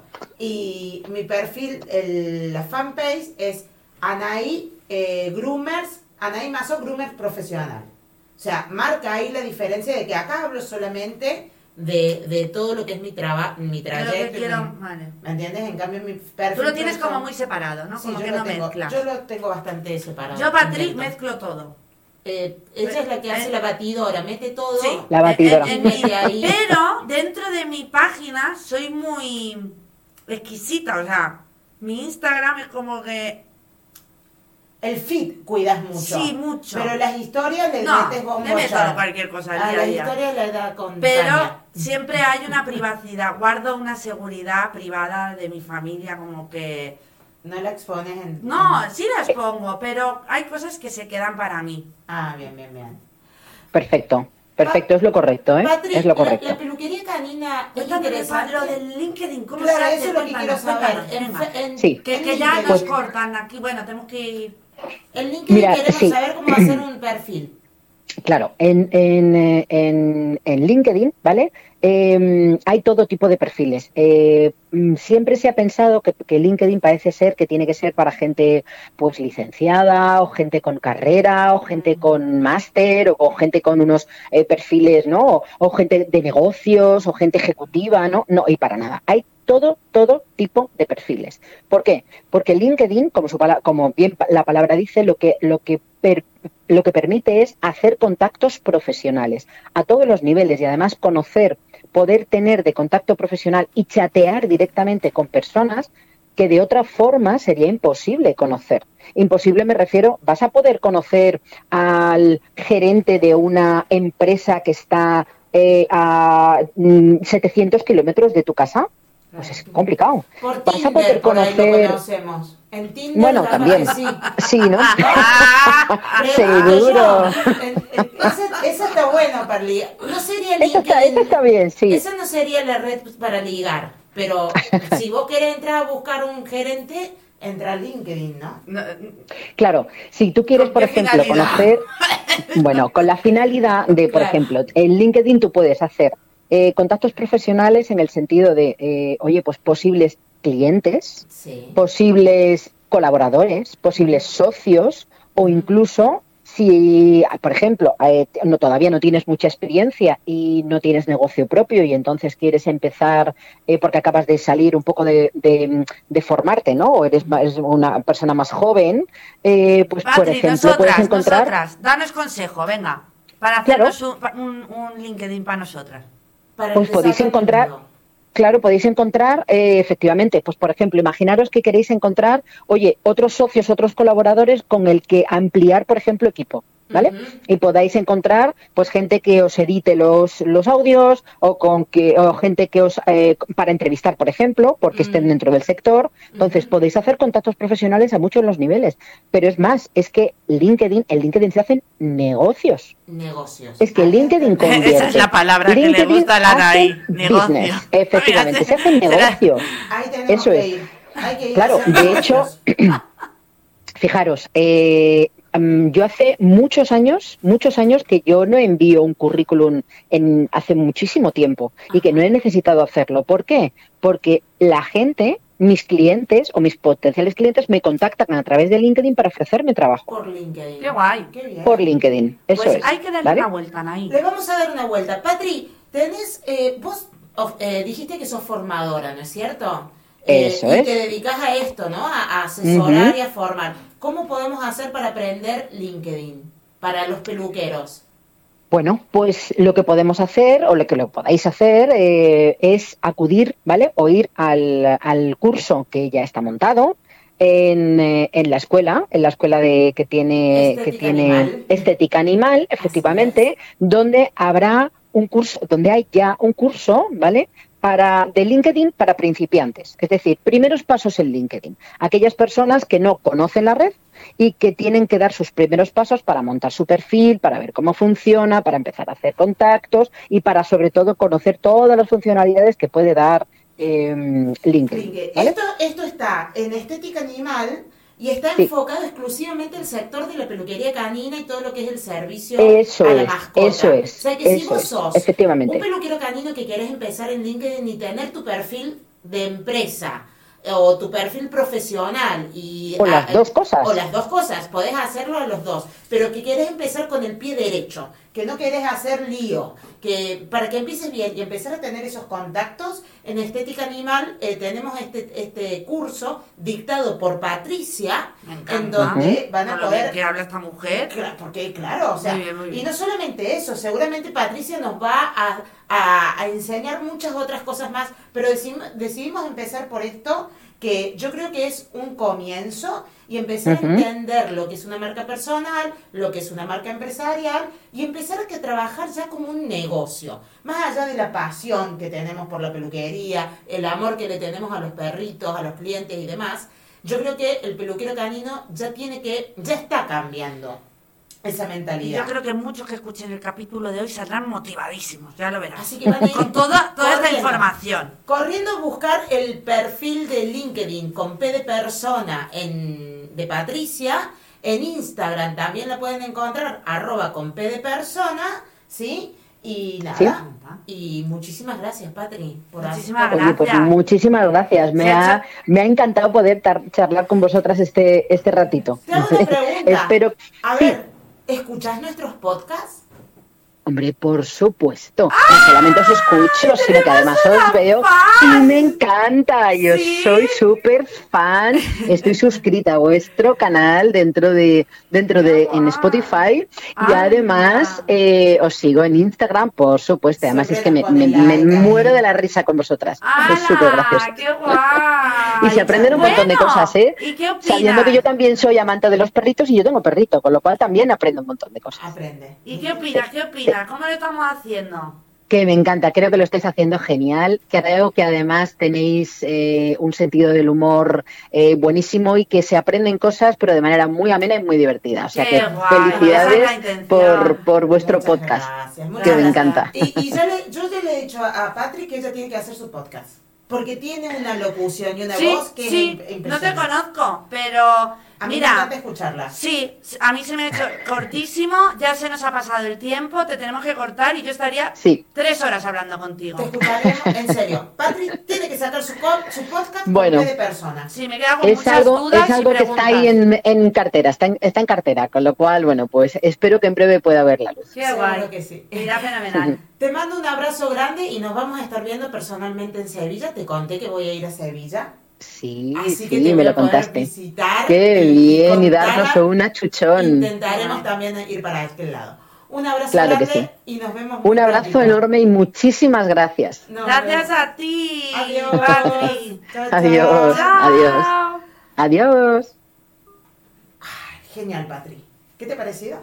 Y mi perfil, el- la fanpage es Anaí eh, Groomers, Anaí Mazó Groomers Profesional. O sea, marca ahí la diferencia de que acá hablo solamente de, de todo lo que es mi trabajo, mi Yo lo que trayecto. quiero, mi- vale. ¿Me entiendes? En cambio, mi perfil Tú lo tienes como personal- muy separado, ¿no? Sí, Como yo que lo no tengo, mezclas. Yo lo tengo bastante separado. Yo, Patrick, Intento. mezclo todo. Eh, ella es la que hace Eh, la batidora, mete todo. Sí, La batidora. en- en Mete mi- ahí. pero dentro de mi página soy muy exquisita, o sea, mi Instagram es como que El feed cuidas mucho. Sí, mucho. Pero las historias le no, metes bombo le meto ya. cualquier cosa al A día a las día. historias le da con Pero caña. siempre hay una privacidad, guardo una seguridad privada de mi familia, como que No la expones en... no, en- sí las pongo, pero hay cosas que se quedan para mí. Ah, bien, bien, bien. Perfecto, perfecto, es lo correcto, ¿eh? Patrick, Es lo la, correcto. la peluquería canina es Cuéntame interesante. lo del LinkedIn, ¿cómo Claro, se hace? eso es lo que quiero Cuéntanos, saber. cuéntanos, En venga. fe- en- Sí. Que, en que ya LinkedIn. nos Pues- cortan aquí, bueno, tenemos que ir. En LinkedIn Mira, queremos sí. saber cómo hacer un perfil. Claro, en, en, eh, en, en LinkedIn, ¿vale? Eh, hay todo tipo de perfiles. Eh, mm, siempre se ha pensado que, que LinkedIn parece ser que tiene que ser para gente pues licenciada o gente con carrera o gente con máster o, o gente con unos eh, perfiles, ¿no? O, o gente de negocios o gente ejecutiva, ¿no? No, y para nada. Hay todo, todo tipo de perfiles. ¿Por qué? Porque LinkedIn, como, su pala- como bien pa- la palabra dice, lo que, lo que per- lo que permite es hacer contactos profesionales a todos los niveles y además conocer, poder tener de contacto profesional y chatear directamente con personas que de otra forma sería imposible conocer. Imposible me refiero, vas a poder conocer al gerente de una empresa que está eh, a mm, setecientos kilómetros de tu casa. Pues es complicado. Por Vas a Tinder, poder por ahí lo conocer... conocemos. En Tinder Bueno, capaz también. que sí. Sí, ¿no? Pregunto Seguro. yo. En- en- Esa, esa está bueno para ligar. No sería Eso está, LinkedIn. eso está bien, sí. Esa no sería la red para ligar. Pero si vos querés entrar a buscar un gerente, entra a LinkedIn, ¿no? No, Claro, si tú quieres, ¿Con por qué ejemplo, finalidad? conocer, bueno, con la finalidad de, por Claro. ejemplo, en LinkedIn tú puedes hacer eh, contactos profesionales en el sentido de, eh, oye, pues posibles clientes, Sí. posibles colaboradores, posibles socios o incluso si, por ejemplo, eh, no, todavía no tienes mucha experiencia y no tienes negocio propio y entonces quieres empezar eh, porque acabas de salir un poco de, de, de formarte, ¿no? O eres más- una persona más joven, eh, pues por Patrick, ejemplo nosotras, puedes encontrar... nosotras, danos consejo, venga, para Claro. hacernos un, un, un LinkedIn para nosotras. Para Pues empezar podéis con el encontrar- mundo. Claro, podéis encontrar, eh, efectivamente, pues por ejemplo, imaginaros que queréis encontrar, oye, otros socios, otros colaboradores con el que ampliar, por ejemplo, equipo. ¿vale? Ujú. Y podáis encontrar pues gente que os edite los, los audios o con que o gente que os eh, para entrevistar, por ejemplo, porque estén Mm. dentro del sector. Entonces Ujú. podéis hacer contactos profesionales a muchos los niveles. Pero es más, es que LinkedIn, en LinkedIn se hacen negocios. Negocios. Es que Ahí LinkedIn está. convierte. Esa es la palabra que le LinkedIn gusta a Lara hace ahí, negocio. business. Efectivamente, se hace Será- negocio. Ahí tenemos Eso que es. ir. Hay que ir Claro, a hacer de hecho, negocios. fijaros, eh, mm, yo hace muchos años, muchos años que yo no envío un currículum en hace muchísimo tiempo y que no he necesitado hacerlo. ¿Por qué? Porque la gente, mis clientes o mis potenciales clientes me contactan a través de LinkedIn para ofrecerme trabajo Por LinkedIn. Qué guay. Qué bien. por LinkedIn. Eso Pues es. hay que darle ¿vale? una vuelta, Anaí. Le vamos a dar una vuelta. Patri, tenés, eh, vos of- eh, dijiste que sos formadora, ¿no es cierto? Eh, Eso y es. te dedicas a esto, ¿no? A, a asesorar Ujú. y a formar. ¿Cómo podemos hacer para aprender LinkedIn? Para los peluqueros. Bueno, pues lo que podemos hacer o lo que lo podáis hacer eh, es acudir, ¿vale? O ir al, al curso que ya está montado en, eh, en la escuela, en la escuela de que tiene que Estética tiene Animal. estética animal, efectivamente, donde habrá un curso, donde hay ya un curso, ¿vale? Para de LinkedIn para principiantes, es decir, primeros pasos en LinkedIn. Aquellas personas que no conocen la red y que tienen que dar sus primeros pasos para montar su perfil, para ver cómo funciona, para empezar a hacer contactos y para sobre todo conocer todas las funcionalidades que puede dar eh, LinkedIn. LinkedIn. ¿vale? Esto, esto está en estética animal y está Sí. enfocado exclusivamente al sector de la peluquería canina y todo lo que es el servicio Eso a la es, mascota. eso es, O sea que si eso vos es, sos efectivamente. un peluquero canino que querés empezar en LinkedIn y tener tu perfil de empresa eh, o tu perfil profesional y O las ah, dos cosas. o las dos cosas, podés hacerlo a los dos, pero que querés empezar con el pie derecho, que no querés hacer lío, que para que empieces bien y empezar a tener esos contactos, en Estética Animal eh, tenemos este, este curso dictado por Patricia, Me encanta. en donde Ujú. van a Con lo bien poder... que habla esta mujer. Cla- Porque claro, o sea, Muy bien, muy bien. y no solamente eso, seguramente Patricia nos va a, a- a enseñar muchas otras cosas más, pero decidimos, decidimos empezar por esto, que yo creo que es un comienzo, y empezar Ujú. a entender lo que es una marca personal, lo que es una marca empresarial, y empezar a que trabajar ya como un negocio, más allá de la pasión que tenemos por la peluquería, el amor que le tenemos a los perritos, a los clientes y demás. Yo creo que el peluquero canino ya tiene que, ya está cambiando esa Y mentalidad. yo creo que muchos que escuchen el capítulo de hoy saldrán motivadísimos, ya lo verás. Así que van a ir Con toda, toda esta corriendo. información. Corriendo a buscar el perfil de LinkedIn con P de persona en, de Patricia. En Instagram también la pueden encontrar, arroba con P de persona, ¿sí? Y nada. Y muchísimas gracias, Patri, por Muchísimas por- Oye, pues Gracias. muchísimas gracias. Me Se ha ha, hecho- me ha encantado poder tar- charlar con vosotras este, este ratito. Te hago una pregunta. Espero. A sí. ver, ¿escuchás nuestros podcasts? Hombre, por supuesto. No solamente os escucho, sino que además os veo y fan! me encanta. Yo ¿Sí? soy súper fan. Estoy suscrita a vuestro canal dentro de dentro de en Spotify y Anda. además eh, os sigo en Instagram, por supuesto. Además Siempre es que me, nos pone me- me like ahí. muero de la risa con vosotras. Es súper gracioso. ¡Hala! ¡Qué guay! Y se aprenden un montón de Bueno, cosas, ¿eh? ¿y qué opinas? Sabiendo que yo también soy amante de los perritos y yo tengo perrito, con lo cual también aprendo un montón de cosas. Aprende. ¿Y qué opinas? ¿Qué opinas? ¿Cómo lo estamos haciendo? Que me encanta, creo que lo estáis haciendo genial, creo que además tenéis eh, un sentido del humor eh, buenísimo y que se aprenden cosas pero de manera muy amena y muy divertida. O sea Qué que guay, esa es la felicidades intención. por, por vuestro Muchas podcast, gracias, muchas que me gracias. encanta. Y, y ya le- yo ya le he dicho a, a Patrick que ella tiene que hacer su podcast. Porque tiene una locución y una Sí, voz que sí, es im- no te impresionante. conozco, pero A mí me mira, encanta escucharla. sí, a mí se me ha hecho cortísimo, ya se nos ha pasado el tiempo, te tenemos que cortar y yo estaría Sí. tres horas hablando contigo. Te escucharemos, en serio. Patrick tiene que sacar su, co- su podcast Bueno. con P de persona. Sí, me queda con Es muchas algo, dudas es algo y que está preguntas. ahí en, en cartera, está en, está en cartera, con lo cual, bueno, pues espero que en breve pueda ver la luz. Qué Seguro guay. que sí. Irá fenomenal. Te mando un abrazo grande y nos vamos a estar viendo personalmente en Sevilla. Te conté que voy a ir a Sevilla. Sí, Así que sí, te me voy lo a poder contaste. visitar. Qué y- bien, y contar. darnos un achuchón. Intentaremos también ir para aquel lado. Un abrazo Claro que grande sí. y nos vemos muy Un abrazo prontito. enorme y muchísimas gracias. Nos Gracias vemos. a ti, Adiós. Patri. Chao, chao. Adiós. Chao. Adiós. Adiós. Genial, Patri. ¿Qué te ha parecido?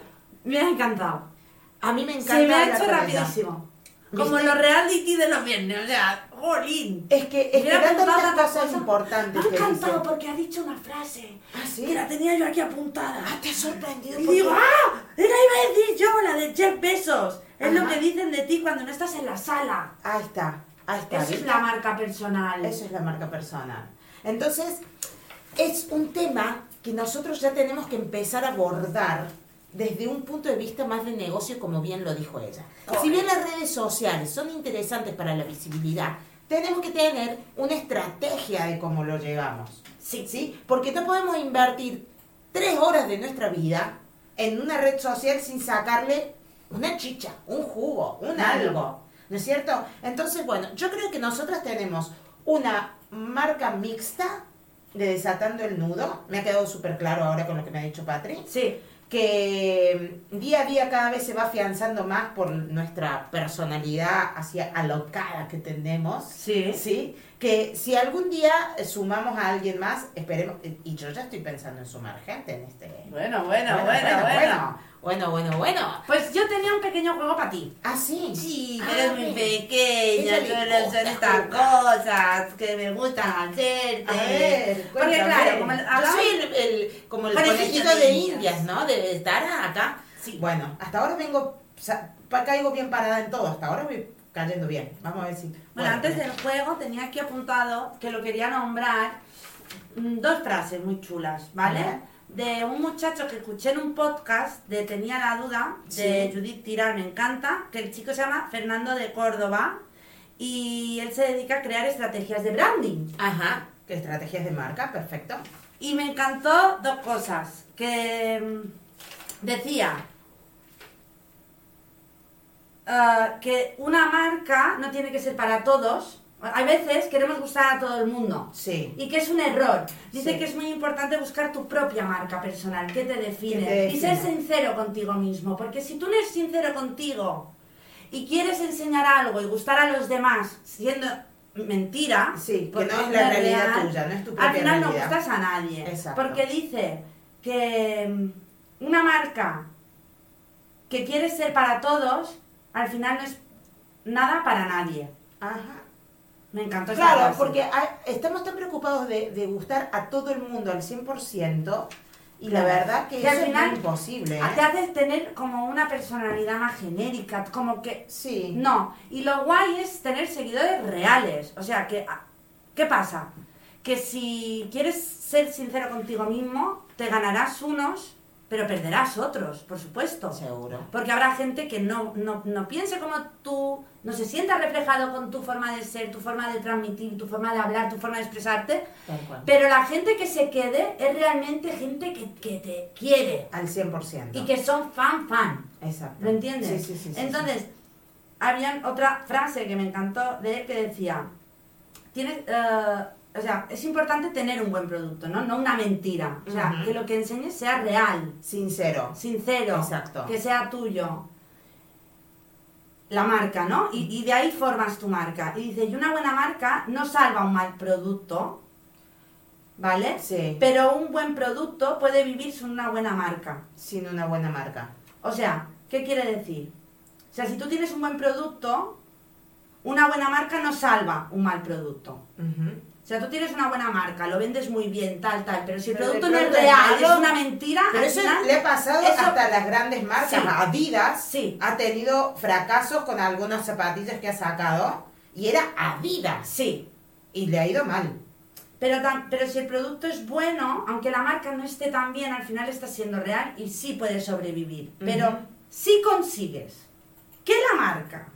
Me ha encantado. A mí me encanta. Se me ha la hecho actualidad. rapidísimo. ¿Viste? Como los reality de los viernes, o sea, jolín. Es que, es que Hubiera dan apuntado tantas tantas cosas cosas. importantes. Me ha que encantado dicen. porque ha dicho una frase Ah, ¿sí? que la tenía yo aquí apuntada. Ah, te he sorprendido. Y porque- digo, ¡ah! ¡Era iba a decir yo, la de Jeff Bezos! Es lo Ajá. que dicen de ti cuando no estás en la sala. Ahí está, ahí está. Esa es ¿viste? la marca personal. Eso es la marca personal. Entonces, es un tema que nosotros ya tenemos que empezar a abordar desde un punto de vista más de negocio, como bien lo dijo ella. Si bien las redes sociales son interesantes para la visibilidad, tenemos que tener una estrategia de cómo lo llevamos. Sí. ¿Sí? Porque no podemos invertir tres horas de nuestra vida en una red social sin sacarle una chicha, un jugo, un algo. ¿No es cierto? Entonces, bueno, yo creo que nosotras tenemos una marca mixta de Desatando el Nudo. Me ha quedado súper claro ahora con lo que me ha dicho Patri. Sí. Que día a día cada vez se va afianzando más por nuestra personalidad hacia alocada que tenemos. Sí. ¿Sí? Que si algún día sumamos a alguien más, esperemos, y yo ya estoy pensando en sumar gente en este... Bueno, bueno, bueno, bueno, bueno. bueno, bueno, bueno, bueno. Pues yo tenía un pequeño juego para ti. ¿Ah, sí? Sí, Ah, que eres muy bien. pequeña, Ella tú le eres gusta estas jugar. cosas que me gustan hacerte. A ver, Porque cuéntame. claro, como el- Yo hablamos- soy el, el- como el Conejillo conejito de de Indias. Indias, ¿no? De estar acá. Sí. Bueno, hasta ahora vengo, sa- pa- caigo bien parada en todo, hasta ahora voy cayendo bien. Vamos a ver si... Bueno, antes del juego tenía aquí apuntado que lo quería nombrar mm, dos frases muy chulas, ¿vale? Ajá. De un muchacho que escuché en un podcast de Tenía la Duda, de Sí. Judith Tirán, me encanta, que el chico se llama Fernando de Córdoba y él se dedica a crear estrategias de branding. Ajá, que estrategias de marca, perfecto. Y me encantó dos cosas, que mm, decía ah, que una marca no tiene que ser para todos. A veces queremos gustar a todo el mundo. Sí. Y que es un error. Dice Sí. que es muy importante buscar tu propia marca personal, que te define. Que te Y ser define. sincero contigo mismo. Porque si tú no eres sincero contigo y quieres enseñar algo y gustar a los demás siendo mentira, Sí, que porque no es la realidad real, tuya, no es tu propia al final no realidad. gustas a nadie. Exacto. Porque dice que mm, una marca que quiere ser para todos, al final no es nada para nadie. Ajá. Me encantó esa Claro, frase. porque hay- estamos tan preocupados de, de gustar a todo el mundo al cien por ciento y la Claro. verdad que Que al eso final es muy imposible. ¿eh? te hace tener como una personalidad más genérica, como que... Sí. No, y lo guay es tener seguidores reales. O sea, que ¿qué pasa? Que si quieres ser sincero contigo mismo, te ganarás unos, pero perderás otros, por supuesto. Seguro. Porque habrá gente que no, no, no piense como tú, no se sienta reflejado con tu forma de ser, tu forma de transmitir, tu forma de hablar, tu forma de expresarte. Tal cual. Pero la gente que se quede es realmente gente que, que te quiere Al cien por ciento. y que son fan, fan. Exacto. ¿Lo entiendes? Sí, sí, sí. sí, Entonces, sí. había otra frase que me encantó de él que decía, tienes, eh, o sea, es importante tener un buen producto, ¿no? No una mentira. O sea, Ujú. que lo que enseñes sea real, Sincero. sincero, Exacto. que sea tuyo. La marca, ¿no? Y, y de ahí formas tu marca. Y dice, y una buena marca no salva un mal producto, ¿vale? Sí. Pero un buen producto puede vivir sin una buena marca. Sin una buena marca. O sea, ¿qué quiere decir? O sea, si tú tienes un buen producto, una buena marca no salva un mal producto. Ujú. O sea, tú tienes una buena marca, lo vendes muy bien, tal, tal, pero si el Pero de producto no es pronto es real, malo, es una mentira, Pero al eso final- le ha pasado eso- hasta a las grandes marcas. Sí. Adidas Sí. ha tenido fracasos con algunas zapatillas que ha sacado y era Adidas Sí, y le ha ido mal. pero, tan- pero si el producto es bueno, aunque la marca no esté tan bien, al final está siendo real y sí puede sobrevivir. Pero Ujú. si consigues que la marca,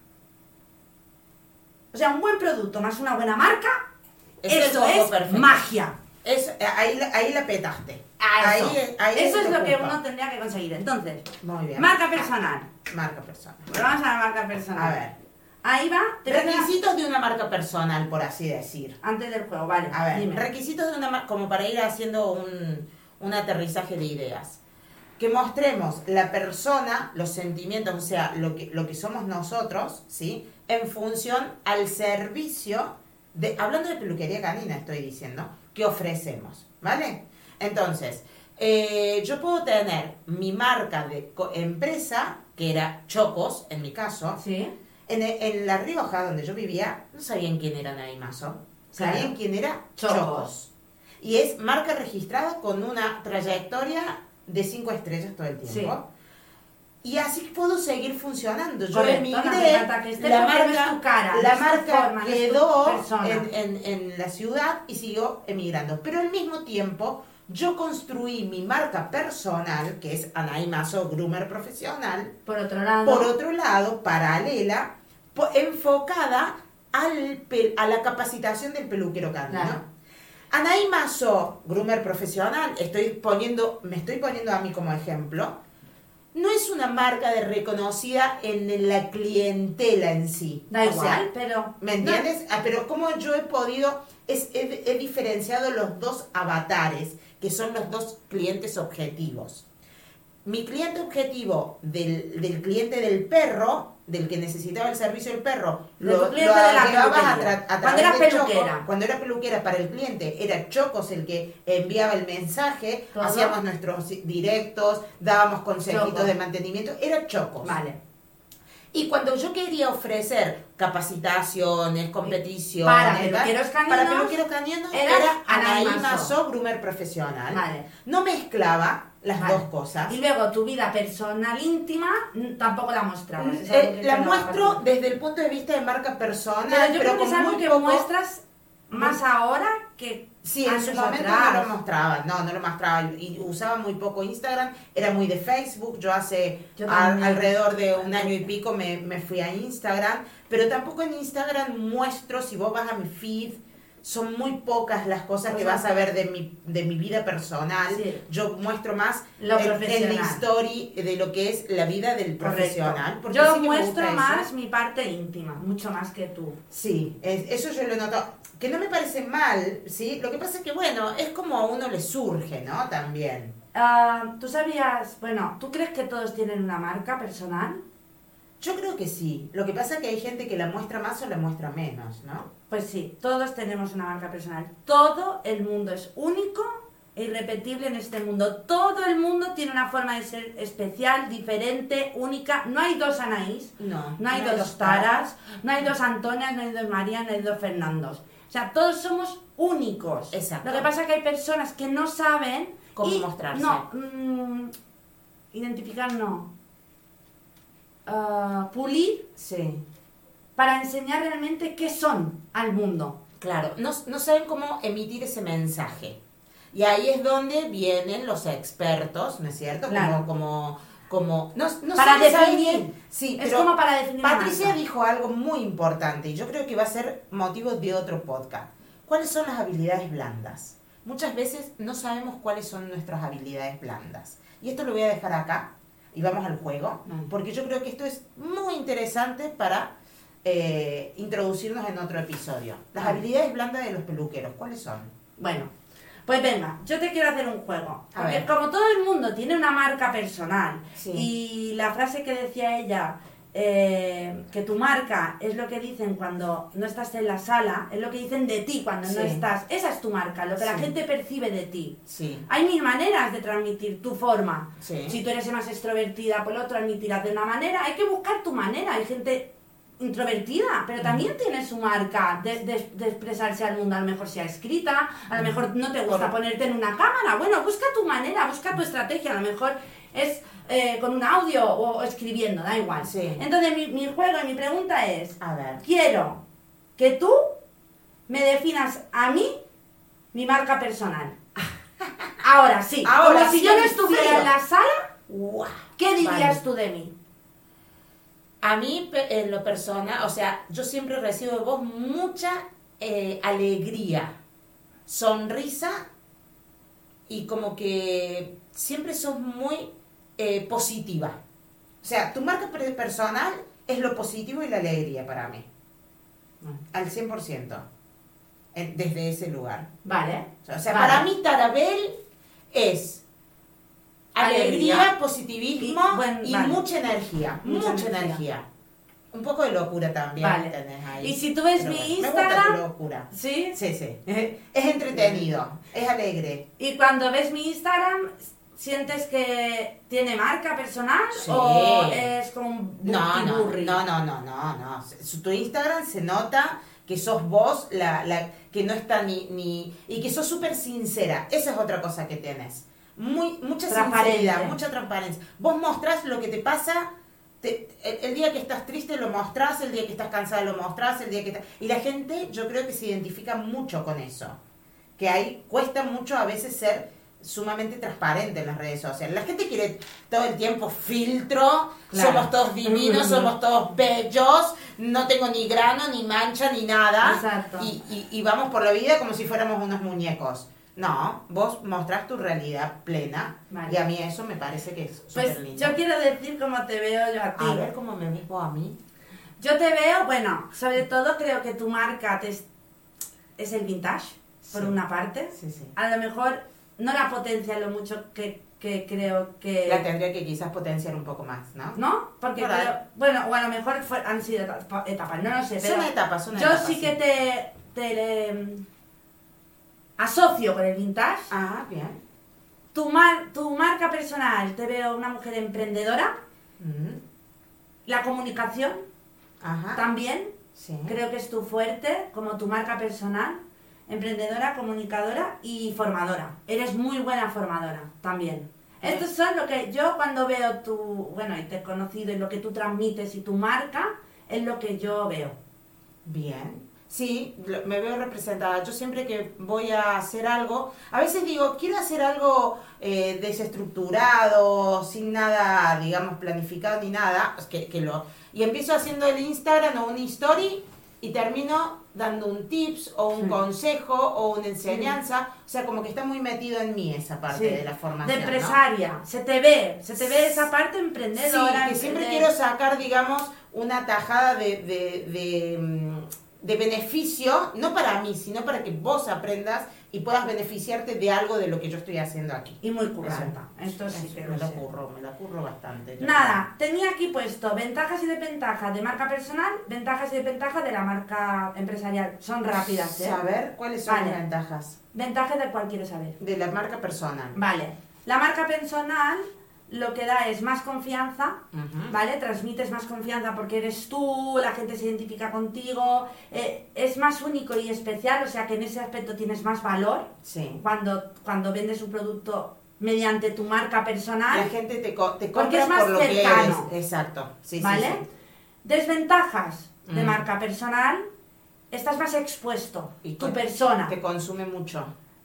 o sea, un buen producto más una buena marca, Es el eso combo es perfecto. magia. Eso, eh, ahí, la- ahí la petaste. A eso. Ahí, ahí Eso es te lo que ocupa. uno tendría que conseguir. Entonces, Muy bien. marca personal. Marca personal. Pues vamos a la marca personal. A ver. Ahí va. Te voy a dar- Requisitos de una marca personal, por así decir. Antes del juego, vale. A ver, dime. requisitos de una marca, como para ir haciendo un, un aterrizaje de ideas. Que mostremos la persona, los sentimientos, o sea, lo que, lo que somos nosotros, ¿sí? En función al servicio, de, hablando de peluquería canina estoy diciendo, que ofrecemos, ¿vale? Entonces, Eh, yo puedo tener mi marca de co- empresa, que era Chocos, en mi caso. Sí. En, en La Rioja, donde yo vivía, no sabían quién era Anaí Mazo. Sabían Claro. quién era Chocos. Chocos. Y es marca registrada con una trayectoria de cinco estrellas todo el tiempo. Y así puedo seguir funcionando. Yo Correcto, emigré, no hace falta que esté la porque no marca, es tu cara, no la es tu marca forma, no es tu quedó persona. en, en, en la ciudad y siguió emigrando. Pero al mismo tiempo, yo construí mi marca personal, que es Anaí Mazo Groomer Profesional, Por otro lado. por otro lado, paralela, po- enfocada al pe- a la capacitación del peluquero canino. Claro. Anaí Mazo, groomer profesional, estoy poniendo, me estoy poniendo a mí como ejemplo, no es una marca de reconocida en la clientela en sí. Da O igual, sea, pero... ¿me entiendes? Ah, pero como yo he podido, es, he, he diferenciado los dos avatares, que son los dos clientes objetivos. Mi cliente objetivo del, del cliente del perro, del que necesitaba el servicio del perro, De lo, tu cliente lo de la llevabas a, peluquería. tra- a Cuando través eras de Choco. peluquera. Cuando era peluquera para el cliente, era Chocos el que enviaba el mensaje, Todo. hacíamos nuestros directos, dábamos consejitos Chocos. de mantenimiento, era Chocos. Vale. Y cuando yo quería ofrecer capacitaciones, competiciones, Para tal, peluqueros caninos, para peluqueros caninos, era era Anaí Anaí Mazo. Mazo, groomer profesional. Vale. No mezclaba las Vale. dos cosas. Y luego tu vida personal íntima mm, tampoco la mostrabas. Es algo Eh, que la no muestro va a pasar. desde el punto de vista de marca personal, Pero yo pero creo que es con algo muy que poco- muestras más ahora que Sí, en su años momento atrás. no lo mostraba, no, no lo mostraba, y usaba muy poco Instagram, era muy de Facebook, yo hace Yo a- también. alrededor de un año y pico me, me fui a Instagram, pero tampoco en Instagram muestro, si vos vas a mi feed, son muy pocas las cosas que O sea, vas a ver de mi, de mi vida personal, Sí. yo muestro más Lo en, en profesional. la story de lo que es la vida del profesional. Correcto. porque Yo sí que me muestro gusta eso. más mi parte íntima, mucho más que tú. Sí, es- eso yo lo noto. Que no me parece mal, ¿sí? Lo que pasa es que, bueno, es como a uno le surge, ¿no? También. Ah, ¿Tú sabías, bueno, ¿tú crees que todos tienen una marca personal? Yo creo que sí. Lo que pasa es que hay gente que la muestra más o la muestra menos, ¿no? Pues sí, todos tenemos una marca personal. Todo el mundo es único e irrepetible en este mundo. Todo el mundo tiene una forma de ser especial, diferente, única. No hay dos Anaís, No. no hay dos Taras, no hay dos Antonias, no hay dos Marías, no hay dos Fernandos. O sea, todos somos únicos. Exacto. Lo que pasa es que hay personas que no saben Cómo y- mostrarse. No, mm, identificar no. Ah, pulir Sí, para enseñar realmente qué son al mundo. claro. No, no saben cómo emitir ese mensaje. Y ahí es donde vienen los expertos, ¿no es cierto? Claro. Como, como, como... No, no Para sé si saben definir. bien. Sí, Es pero como para definir una Patricia marca. dijo algo muy importante y yo creo que va a ser motivo de otro podcast. ¿Cuáles son las habilidades blandas? Muchas veces no sabemos cuáles son nuestras habilidades blandas. Y esto lo voy a dejar acá y vamos al juego, Mm. porque yo creo que esto es muy interesante para eh, introducirnos en otro episodio. Las Mm. habilidades blandas de los peluqueros, ¿cuáles son? Bueno, pues venga, yo te quiero hacer un juego. A Porque ver. como todo el mundo tiene una marca personal Sí. y la frase que decía ella, eh, que tu marca es lo que dicen cuando no estás en la sala, es lo que dicen de ti cuando no Sí. estás. Esa es tu marca, lo que la Sí. gente percibe de ti. Sí, Hay mil maneras de transmitir tu forma. Sí. Si tú eres más extrovertida, pues lo transmitirás de una manera. Hay que buscar tu manera. Hay gente introvertida, pero también tiene su marca de, de- de expresarse al mundo. A lo mejor sea escrita, a lo mejor no te gusta Correcto. ponerte en una cámara. Bueno, busca tu manera, busca tu estrategia. A lo mejor es eh, con un audio o escribiendo, da igual. Sí. Entonces mi, mi juego y mi pregunta es, a ver. quiero que tú me definas a mí mi marca personal. Ahora sí, Ahora como si sí, yo no en estuviera serio. en la sala, ¡Guau! ¿qué dirías Vale. tú de mí? A mí, pe- en lo personal, o sea, yo siempre recibo de vos mucha eh, alegría, sonrisa y como que siempre sos muy eh, positiva. O sea, tu marca per- personal es lo positivo y la alegría para mí. Al cien por ciento. En- Desde ese lugar. Vale. O sea, Vale. para mí Tarabel es alegría, Alegría. positivismo Y, bueno, y vale. mucha energía. Mucha Mucha, energía. energía. Un poco de locura también Vale. tenés ahí. Y si tú ves Pero mi bueno, me gusta Instagram- tu locura. ¿Sí? Sí, sí. Es entretenido, es alegre. Y cuando ves mi Instagram, ¿sientes que tiene marca personal Sí. o es como un No, no, burri-burri? no, no, no, no, no. Su- Tu Instagram se nota que sos vos, la, la que no está ni, ni... y que sos súper sincera. Esa es otra cosa que tenés. Muy, mucha Transparente. sinceridad, mucha transparencia. Vos mostrás lo que te pasa... Te- el, el día que estás triste lo mostrás, el día que estás cansada lo mostrás, el día que estás... Y la gente yo creo que se identifica mucho con eso. Que ahí cuesta mucho a veces ser sumamente transparente en las redes sociales. La gente quiere todo el tiempo filtro, Claro. somos todos divinos, somos todos bellos, no tengo ni grano, ni mancha, ni nada. Exacto. Y, y, y vamos por la vida como si fuéramos unos muñecos. No, vos mostrás tu realidad plena. Vale. Y a mí eso me parece que es súper Pues lindo. yo quiero decir cómo te veo yo a ti. A ver cómo me ves vos a mí. Yo te veo, bueno, sobre todo creo que tu marca te es, es el vintage, por Sí. una parte. Sí, sí. A lo mejor no la potencia lo mucho que, que creo que... La tendría que quizás potenciar un poco más, ¿no? ¿No? Porque Por ahí. creo... Bueno, o a lo mejor fue- han sido etapa- etapas, no lo sé, pero... Son etapas, son yo etapas. sí que te, te mm, asocio con el vintage. Ah, bien. Tu, mar, tu marca personal, te veo una mujer emprendedora. Mm, La comunicación Ajá. también, Sí. creo que es tu fuerte, como tu marca personal. Emprendedora, comunicadora y formadora. Eres muy buena formadora también. Eh. Estos son lo que yo cuando veo tu... Bueno, y te he conocido y lo que tú transmites y tu marca, es lo que yo veo. Bien. Sí, lo- me veo representada. Yo siempre que voy a hacer algo, a veces digo, quiero hacer algo eh, desestructurado, sin nada, digamos, planificado ni nada, pues que, que lo, y empiezo haciendo el Instagram o una story y termino dando un tips o un Sí. consejo o una enseñanza, o sea, como que está muy metido en mí esa parte Sí. de la formación. De ¿no? empresaria, se te ve, se te ve esa parte emprendedora. Sí, que siempre de- quiero sacar, digamos, una tajada de, de, de, mm, de beneficio, no para mí, sino para que vos aprendas y puedas beneficiarte de algo de lo que yo estoy haciendo aquí. Y muy curranta. Esto sí Eso, que me lo la sé. curro, me la curro bastante. yo Nada, tenía aquí puesto ventajas y desventajas de marca personal, ventajas y desventajas de la marca empresarial. Son creo. rápidas, ¿eh? Saber cuáles son Vale. las ventajas Ventajas de cuál quieres saber. de la marca personal. Vale. La marca personal lo que da es más confianza, Ujú. ¿vale? Transmites más confianza porque eres tú, la gente se identifica contigo, eh, es más único y especial, o sea que en ese aspecto tienes más valor Sí. cuando, cuando vendes un producto mediante tu marca personal. La gente te, co- te Porque compra es más por lo cercano. que eres. Exacto. Sí, sí, ¿Vale? sí. Desventajas de Mm. marca personal, estás más expuesto, Y tu con- persona. Te consume mucho.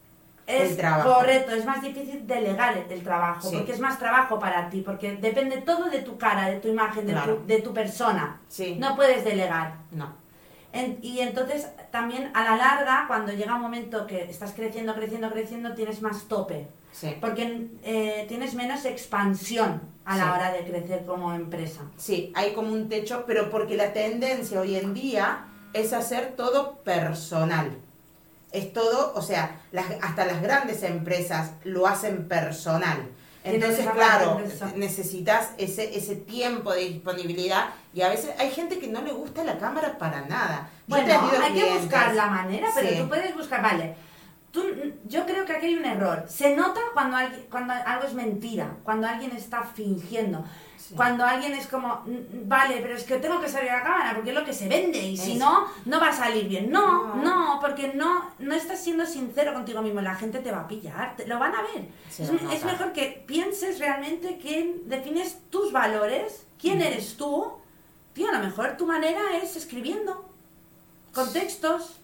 Es el trabajo. correcto, es más difícil delegar el, el trabajo, Sí. porque es más trabajo para ti, porque depende todo de tu cara, de tu imagen, de, Claro. tu, de tu persona. Sí. No puedes delegar. No. En- y entonces también a la larga, cuando llega un momento que estás creciendo, creciendo, creciendo, tienes más tope, Sí. porque eh, tienes menos expansión a la Sí. hora de crecer como empresa. Sí, hay como un techo, pero porque la tendencia hoy en día es hacer todo personal. Es todo, o sea, las, hasta las grandes empresas lo hacen personal. Tienes Entonces, esa claro, parte de eso. necesitas ese, ese tiempo de disponibilidad y a veces hay gente que no le gusta la cámara para nada. Yo he Bueno, tenido hay que clientes- buscar la manera, pero Sí. tú puedes buscar, vale. Tú, yo creo que aquí hay un error. Se nota cuando, alguien, cuando algo es mentira, cuando alguien está fingiendo, Sí. cuando alguien es como, "Mm, vale, pero es que tengo que salir a la cámara porque es lo que se vende y si Eso. no, no va a salir bien. No, No. no, porque no, no estás siendo sincero contigo mismo. La gente te va a pillar, te- lo van a ver. Se es, va a es notar. mejor que pienses realmente quién defines tus valores, quién eres tú. Tío, a lo mejor tu manera es escribiendo, con textos,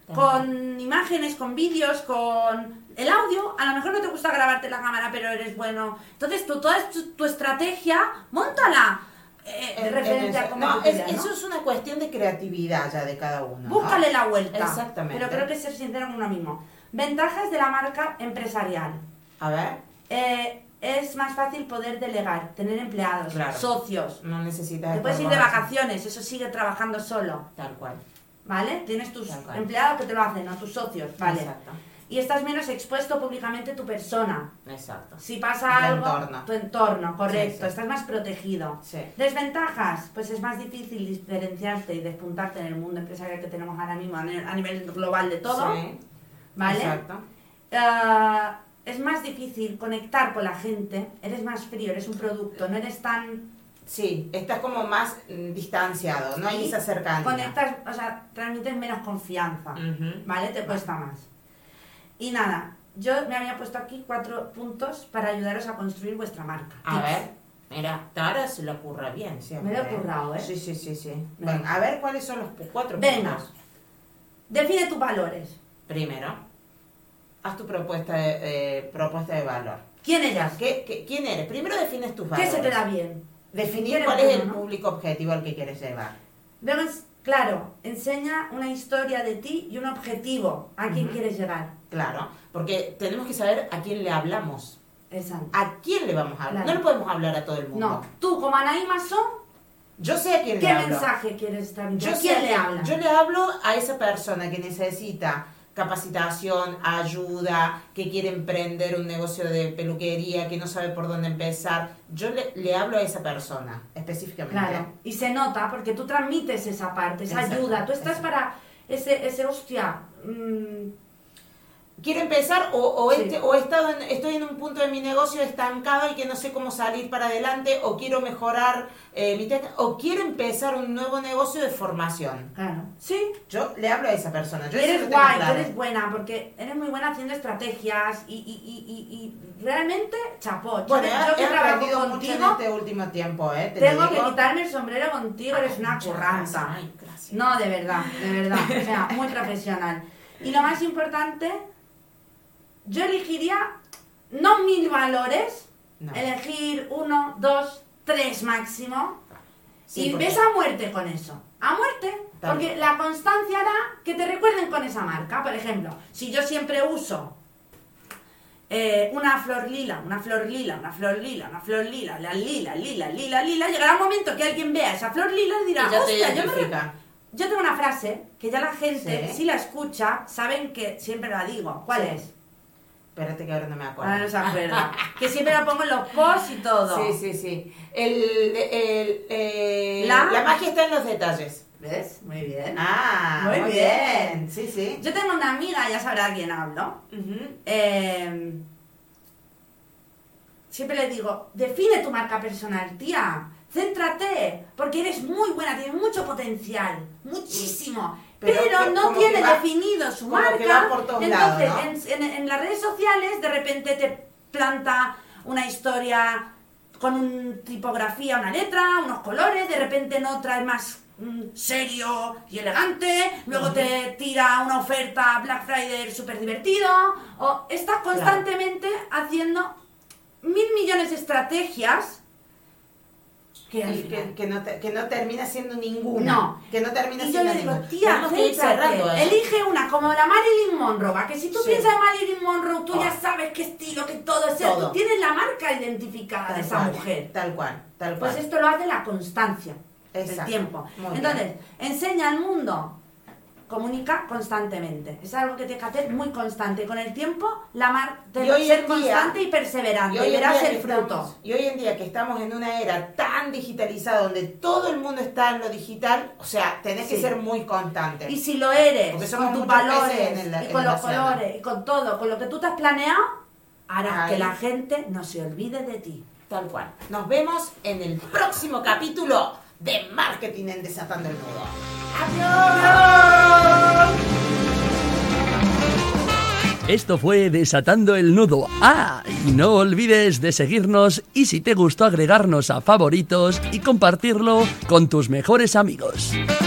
con imágenes, con vídeos, con el audio. A lo mejor no te gusta grabarte la cámara, pero eres bueno. Entonces, tú, toda tu, tu estrategia, móntala eh, En- en referente eso. a cómo No, tú es- quieras, ¿no? eso es una cuestión de creatividad ya de cada uno. ¿no? Búscale la vuelta. Exactamente. Pero creo que ser sincero con uno mismo. Ventajas de la marca empresarial. A ver, Eh, es más fácil poder delegar, tener empleados, Claro. socios. no necesitas... Te puedes ir estar de borracho. vacaciones, eso sigue trabajando solo. Tal cual. ¿Vale? Tienes tus Tal cual. empleados que te lo hacen, o tus socios, ¿vale? Exacto. y estás menos expuesto públicamente tu persona. Exacto. Si pasa Tu algo, entorno. tu entorno, correcto, Sí, sí. estás más protegido. Sí. Desventajas, pues es más difícil diferenciarte y despuntarte en el mundo empresarial que tenemos ahora mismo a nivel, a nivel global de todo, Sí. ¿vale? Exacto. Ah, es más difícil conectar con la gente, eres más frío, eres un producto, no eres tan... Sí, estás como más mm, distanciado, no hay Sí, esa cercanía. Conectas, o sea, transmites menos confianza, Ujú. ¿vale? Te cuesta más. Y nada, yo me había puesto aquí cuatro puntos para ayudaros a construir vuestra marca. A Tips. ver, mira, Tara se lo ocurra bien siempre. Me lo he currado, ¿eh? Sí, sí, sí, sí. Venga. Bueno, a ver cuáles son los pu- cuatro Venga. puntos. Define tus valores. Primero, haz tu propuesta de, eh, propuesta de valor. ¿Quién eres? ¿Qué, qué- quién eres? Primero defines tus ¿Qué valores. se te da bien? Definir ¿Quién cuál eres es el tú, no? público objetivo al que quieres llevar. Luego, es- claro, enseña una historia de ti y un objetivo. ¿A quién Ujú. quieres llegar? Claro, porque tenemos que saber a quién le hablamos. Exacto. ¿A quién le vamos a hablar? Claro. No le podemos hablar a todo el mundo. No, tú como Anaí Masón, Yo sé a quién ¿qué le hablo. mensaje quieres transmitir? Yo ¿A sé quién a le quién- hablas? Yo le hablo a esa persona que necesita capacitación, ayuda, que quiere emprender un negocio de peluquería, que no sabe por dónde empezar. Yo le, le hablo a esa persona específicamente. Claro, y se nota porque tú transmites esa parte, esa Exacto, ayuda. Tú estás exacto. para ese, ese hostia. mm, Quiero empezar o, o, Sí. este, o he estado en- estoy en un punto de mi negocio estancado y que no sé cómo salir para adelante, o quiero mejorar eh, mi técnica, o quiero empezar un nuevo negocio de formación. claro. Sí, Yo le hablo a esa persona. Yo eso eres lo tengo guay, claro. tú eres buena porque eres muy buena haciendo estrategias y, y, y, y, y realmente chapó. Yo, Bueno, que- he, yo que he trabajo aprendido mucho en contigo, este último tiempo, ¿eh? Te lo tengo que digo. quitarme el sombrero contigo, eres una Muchas curranta. gracias. Ay, gracias. No, de verdad, de verdad. O sea, muy profesional. Y lo más importante, yo elegiría no mil valores, No. elegir uno, dos, tres máximo. Sí, y porque- ves a muerte con eso. A muerte. Tal Porque cual. la constancia hará que te recuerden con esa marca. Por ejemplo, si yo siempre uso eh, una flor lila, una flor lila, una flor lila, una flor lila, la lila, lila, lila, lila, llegará un momento que alguien vea esa flor lila y dirá, Y ya te hostia, yo me re- identifica. yo tengo una frase que ya la gente, Sí. si la escucha, saben que siempre la digo. ¿Cuál Sí. es? Espérate que ahora no me acuerdo. Ahora no se acuerda. Que siempre la pongo en los posts y todo. Sí, sí, sí. El, el, eh, La- la magia está en los detalles. ¿Ves? Muy bien. Ah, Muy muy bien. bien. Sí, sí. Yo tengo una amiga, ya sabrá a quién hablo. Ujú. Eh, siempre le digo, define tu marca personal, tía. Céntrate, porque eres muy buena, tienes mucho potencial, muchísimo. Pero Pero, que- no como tiene que va- definido su como marca. que va por todos Entonces, lados, en, en- en las redes sociales, de repente te planta una historia con una tipografía, una letra, unos colores, de repente en otra es más mm, serio y elegante, luego te tira una oferta Black Friday súper divertido, o estás constantemente haciendo mil millones de estrategias que al Y que, final... que no te- que no termina siendo ninguna. No. Que no termina Y yo siendo le digo, ninguna. tía, Tenemos que ir céntrate, cerrando, ¿eh? elige una, como la Marilyn Monroe, ¿a que si tú Sí. piensas en Marilyn Monroe, tú ya Oh. sabes qué estilo, que todo es Todo. tú tienes la marca identificada de Tal esa cual, mujer. Tal cual, tal cual. Pues esto lo hace la constancia del Exacto. tiempo. Muy Entonces, enseña al mundo, comunica constantemente. Es algo que tiene que hacer muy constante. Con el tiempo, la mar Y debe hoy ser en día- constante y perseverante. Y hoy, Y en verás día el que fruto. estamos, y hoy en día que estamos en una era tan digitalizada donde todo el mundo está en lo digital, o sea, tenés que Sí. ser muy constante. Y si lo eres, Porque somos con tus muchos peces valores, en el- y en con el los océano. colores, y con todo, con lo que tú te has planeado, harás Ahí. que la gente no se olvide de ti. Tal cual. Nos vemos en el próximo capítulo de Marketing en Desatando el Nudo. ¡Adiós! Esto fue Desatando el Nudo. Ah, y no olvides de seguirnos y si te gustó agregarnos a favoritos y compartirlo con tus mejores amigos.